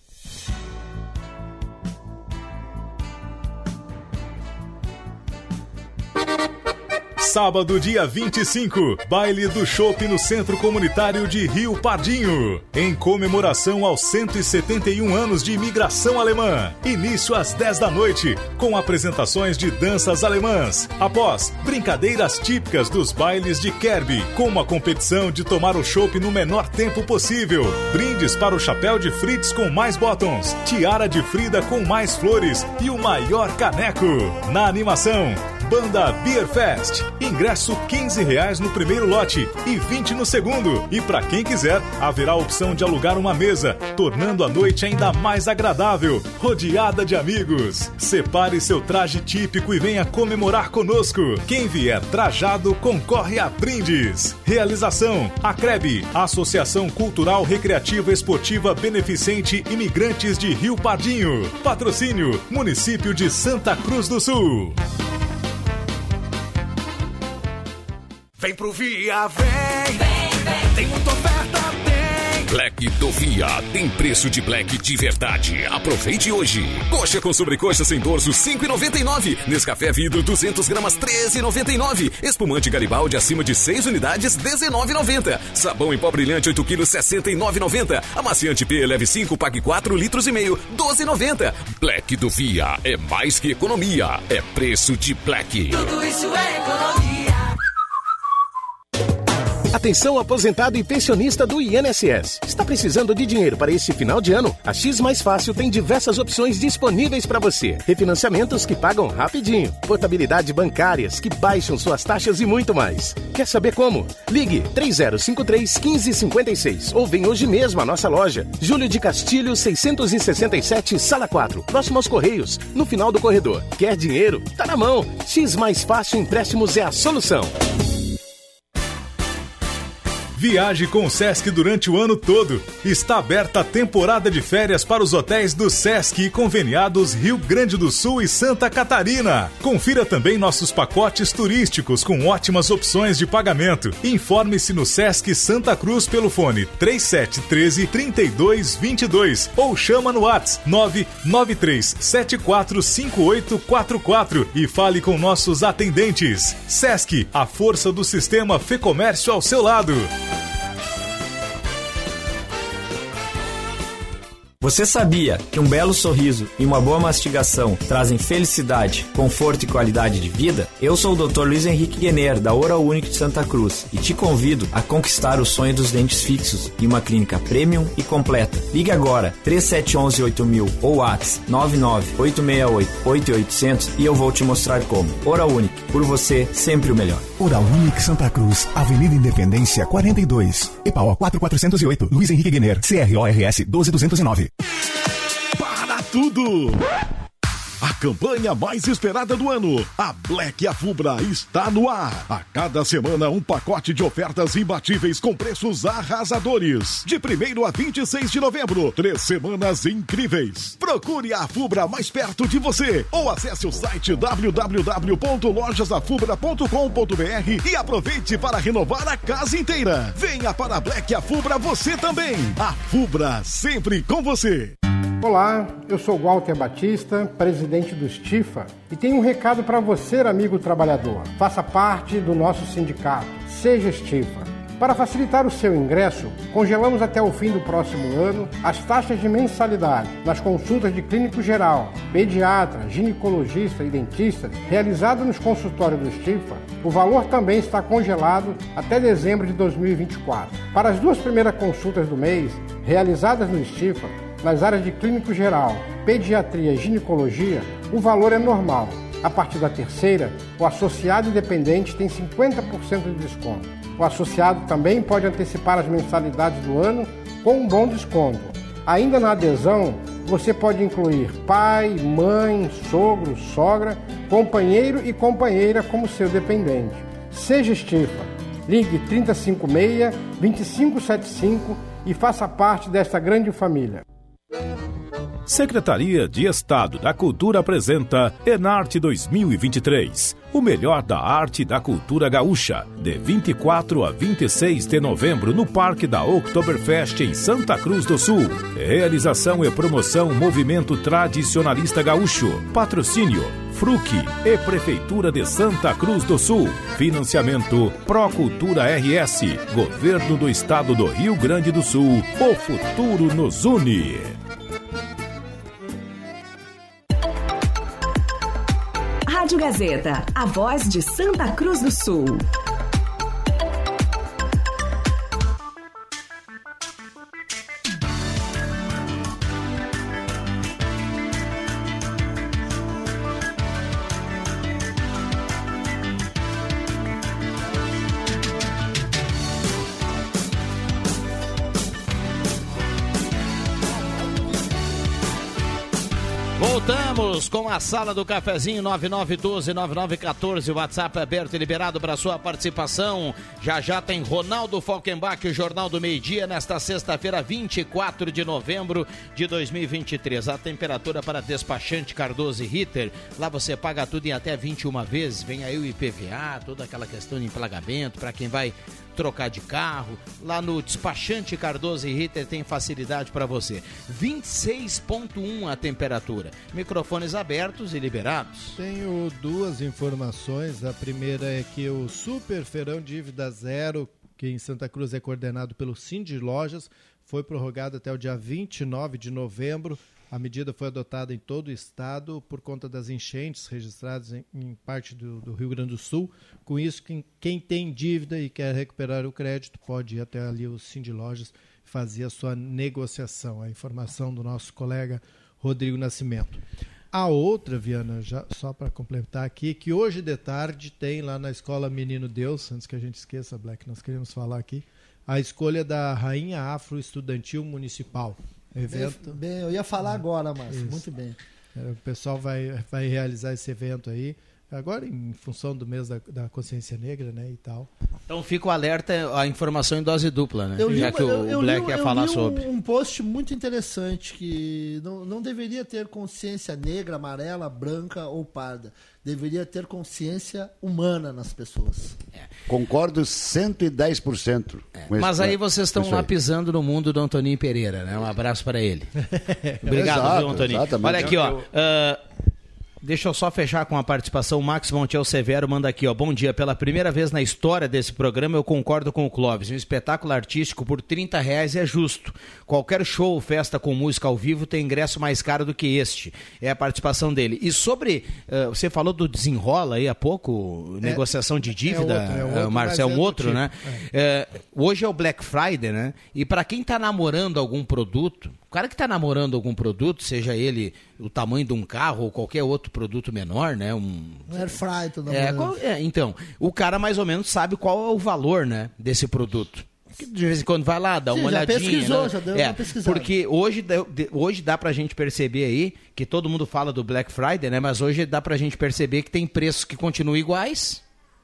Sábado, dia vinte e cinco, baile do Chopp no Centro Comunitário de Rio Pardinho, em comemoração aos cento e setenta e um anos de imigração alemã. Início às dez da noite, com apresentações de danças alemãs. Após, brincadeiras típicas dos bailes de Kerby, com uma competição de tomar o chopp no menor tempo possível. Brindes para o chapéu de Fritz com mais bottoms, tiara de Frida com mais flores e o maior caneco. Na animação, Banda Beer Fest. Ingresso quinze reais no primeiro lote e vinte no segundo. E para quem quiser, haverá a opção de alugar uma mesa, tornando a noite ainda mais agradável. Rodeada de amigos. Separe seu traje típico e venha comemorar conosco. Quem vier trajado concorre a brindes. Realização: Acreb, Associação Cultural Recreativa Esportiva Beneficente Imigrantes de Rio Pardinho. Patrocínio: Município de Santa Cruz do Sul. Vem pro Via, vem, vem, vem. Tem muita oferta, tem. Black do Via tem preço de Black de verdade. Aproveite hoje. Coxa com sobrecoxa sem dorso cinco reais e noventa e nove centavos. Nescafé vidro duzentas gramas treze reais e noventa e nove centavos. Espumante Garibaldi acima de seis unidades dezenove reais e noventa centavos. Sabão em pó brilhante oito quilos sessenta e nove reais e noventa centavos. Amaciante P leve cinco, pague quatro litros e meio doze reais e noventa centavos. Black do Via é mais que economia, é preço de Black. Tudo isso é economia. Atenção aposentado e pensionista do I N S S. Está precisando de dinheiro para esse final de ano? A X Mais Fácil tem diversas opções disponíveis para você. Refinanciamentos que pagam rapidinho, portabilidade bancárias que baixam suas taxas e muito mais. Quer saber como? Ligue três zero cinco três, um cinco cinco seis ou vem hoje mesmo à nossa loja. Júlio de Castilho, seiscentos e sessenta e sete, Sala quatro, próximo aos Correios, no final do corredor. Quer dinheiro? Tá na mão. X Mais Fácil Empréstimos é a solução. Viaje com o Sesc durante o ano todo. Está aberta a temporada de férias para os hotéis do Sesc e conveniados Rio Grande do Sul e Santa Catarina. Confira também nossos pacotes turísticos com ótimas opções de pagamento. Informe-se no Sesc Santa Cruz pelo fone três sete um três, três dois dois dois ou chama no WhatsApp nove nove três sete quatro cinco oito quatro quatro e fale com nossos atendentes. Sesc, a força do sistema Fê Comércio ao seu lado. Você sabia que um belo sorriso e uma boa mastigação trazem felicidade, conforto e qualidade de vida? Eu sou o doutor Luiz Henrique Guener, da Oral Unique de Santa Cruz, e te convido a conquistar o sonho dos dentes fixos em uma clínica premium e completa. Ligue agora, três sete um um oito mil ou WhatsApp nove nove oito seis oito oito oito zero zero e eu vou te mostrar como. Oral Unique, por você, sempre o melhor. Oral Unique Santa Cruz, Avenida Independência quarenta e dois, E P A O quatro quatrocentos e oito, Luiz Henrique Guener, C R O R S doze duzentos e nove. Para tudo! A campanha mais esperada do ano, a Black Afubra, está no ar. A cada semana, um pacote de ofertas imbatíveis com preços arrasadores. De primeiro a vinte e seis de novembro, três semanas incríveis. Procure a Afubra mais perto de você ou acesse o site w w w ponto lojas afubra ponto com ponto b r e aproveite para renovar a casa inteira. Venha para a Black Afubra você também. Afubra, sempre com você. Olá, eu sou Walter Batista, presidente do Stifa, e tenho um recado para você, amigo trabalhador. Faça parte do nosso sindicato. Seja Stifa. Para facilitar o seu ingresso, congelamos até o fim do próximo ano as taxas de mensalidade nas consultas de clínico geral, pediatra, ginecologista e dentista realizadas nos consultórios do Stifa. O valor também está congelado até dezembro de dois mil e vinte e quatro. Para as duas primeiras consultas do mês, realizadas no Stifa, nas áreas de clínico geral, pediatria e ginecologia, o valor é normal. A partir da terceira, o associado independente tem cinquenta por cento de desconto. O associado também pode antecipar as mensalidades do ano com um bom desconto. Ainda na adesão, você pode incluir pai, mãe, sogro, sogra, companheiro e companheira como seu dependente. Seja Stifa. Ligue trinta e cinco seis, vinte e cinco setenta e cinco e faça parte desta grande família. Secretaria de Estado da Cultura apresenta Enarte dois mil e vinte e três, o melhor da arte e da cultura gaúcha, de vinte e quatro a vinte e seis de novembro no Parque da Oktoberfest em Santa Cruz do Sul. Realização e promoção Movimento Tradicionalista Gaúcho. Patrocínio Fruc e Prefeitura de Santa Cruz do Sul. Financiamento Procultura R S, Governo do Estado do Rio Grande do Sul. O futuro nos une. Rádio Gazeta, a voz de Santa Cruz do Sul. Voltamos com a Sala do Cafezinho, nove nove um dois, nove nove um quatro, o WhatsApp aberto e liberado para sua participação. Já já tem Ronaldo Falkenbach, o Jornal do Meio Dia, nesta sexta-feira, vinte e quatro de novembro de dois mil e vinte e três. A temperatura para despachante Cardoso e Ritter, lá você paga tudo em até vinte e uma vezes, vem aí o I P V A, toda aquela questão de emplagamento, para quem vai trocar de carro. Lá no despachante Cardoso e Ritter tem facilidade para você. vinte e seis vírgula um a temperatura. Microfones abertos e liberados. Tenho duas informações. A primeira é que o Super Feirão Dívida Zero, que em Santa Cruz é coordenado pelo Cindy Lojas, foi prorrogado até o dia vinte e nove de novembro. A medida foi adotada em todo o estado por conta das enchentes registradas em, em parte do, do Rio Grande do Sul. Com isso, quem, quem tem dívida e quer recuperar o crédito pode ir até ali o Cindy Lojas e fazer a sua negociação. A informação do nosso colega Rodrigo Nascimento. A outra, Viana, já, só para complementar aqui, que hoje de tarde tem lá na Escola Menino Deus, antes que a gente esqueça, Black, nós queremos falar aqui, a escolha da Rainha Afro Estudantil Municipal. Evento. Bem, bem, eu ia falar agora, Márcio, Isso. muito bem. É, o pessoal vai, vai realizar esse evento aí, agora em função do mês da, da consciência negra, né, e tal. Então fica o alerta, a informação em dose dupla, né? Eu Já li, que o, eu, eu o Black li, ia eu falar li um, sobre. um post muito interessante que não, não deveria ter consciência negra, amarela, branca ou parda. Deveria ter consciência humana nas pessoas. É. Concordo cento e dez por cento. É. Com Mas esse, aí vocês estão aí. lá pisando no mundo do Antoninho Pereira, né? Um abraço para ele. Obrigado, Exato, viu, Antoninho? exatamente. Olha aqui, ó. Eu- Uh, Deixa eu só fechar com a participação. O Max Montiel Severo manda aqui, ó. Bom dia. Pela primeira vez na história desse programa, eu concordo com o Clóvis. Um espetáculo artístico por trinta reais é justo. Qualquer show ou festa com música ao vivo tem ingresso mais caro do que este. É a participação dele. E sobre, uh, você falou do desenrola aí há pouco, é, negociação de dívida, é outro, é outro, uh, Marcel, mas um é outro, tipo, né? É. Uh, hoje é o Black Friday, né? E para quem tá namorando algum produto, o cara que está namorando algum produto, seja ele o tamanho de um carro ou qualquer outro produto menor, né? Um Um air fry, tudo é, qual, é, então, o cara mais ou menos sabe qual é o valor, né, desse produto. De vez em quando vai lá, dá Sim, uma já olhadinha. pesquisou, né? já deu é, uma pesquisada. Porque hoje, hoje dá pra gente perceber aí, que todo mundo fala do Black Friday, né? Mas hoje dá pra gente perceber que tem preços que continuam iguais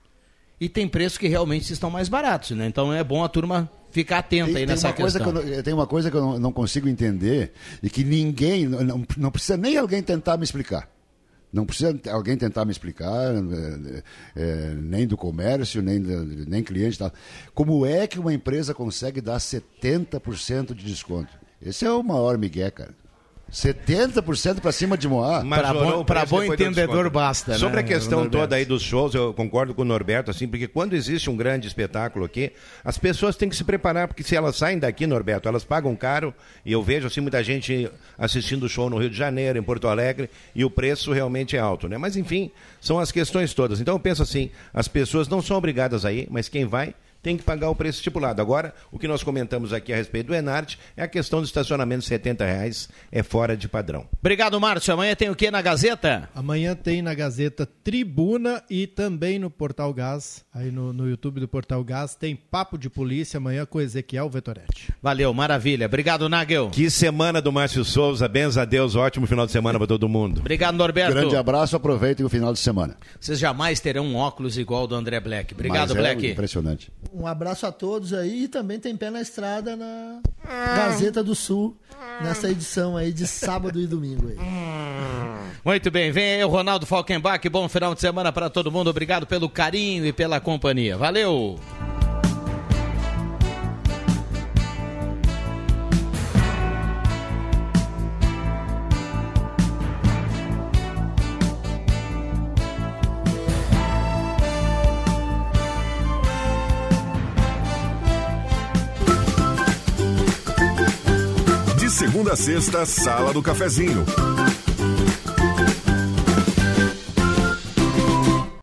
e tem preços que realmente estão mais baratos, né? Então é bom a turma ficar atenta tem, aí tem nessa uma coisa questão. que eu, tem uma coisa que eu não, não consigo entender e que ninguém, não, não precisa nem alguém tentar me explicar. Não precisa alguém tentar me explicar, é, é, nem do comércio, nem, nem cliente. Tal. Como é que uma empresa consegue dar setenta por cento de desconto? Esse é o maior migué, cara. setenta por cento para cima de Moá. Para bom, pra bom entendedor basta. Sobre né, a questão toda aí dos shows, eu concordo com o Norberto, assim, porque quando existe um grande espetáculo aqui, as pessoas têm que se preparar, porque se elas saem daqui, Norberto, elas pagam caro, e eu vejo assim muita gente assistindo o show no Rio de Janeiro, em Porto Alegre, e o preço realmente é alto, né? Mas enfim, são as questões todas. Então eu penso assim, as pessoas não são obrigadas a ir, mas quem vai tem que pagar o preço estipulado. Agora, o que nós comentamos aqui a respeito do Enarte é a questão do estacionamento, setenta reais é fora de padrão. Obrigado, Márcio. Amanhã tem o que na Gazeta? Amanhã tem na Gazeta Tribuna e também no Portal Gás, aí no, no YouTube do Portal Gás, tem Papo de Polícia amanhã com Ezequiel Vettoretti. Valeu, maravilha. Obrigado, Nagel. Que semana do Márcio Souza, benza a Deus, ótimo final de semana para todo mundo. Obrigado, Norberto. Grande abraço, aproveitem o final de semana. Vocês jamais terão um óculos igual ao do André Black. Obrigado, Mas é Black. Impressionante. Um abraço a todos aí e também tem pé na estrada na Gazeta do Sul, nessa edição aí de sábado e domingo aí. Muito bem, vem aí o Ronaldo Falkenbach, bom final de semana para todo mundo, obrigado pelo carinho e pela companhia, valeu! Segunda a sexta, Sala do Cafezinho.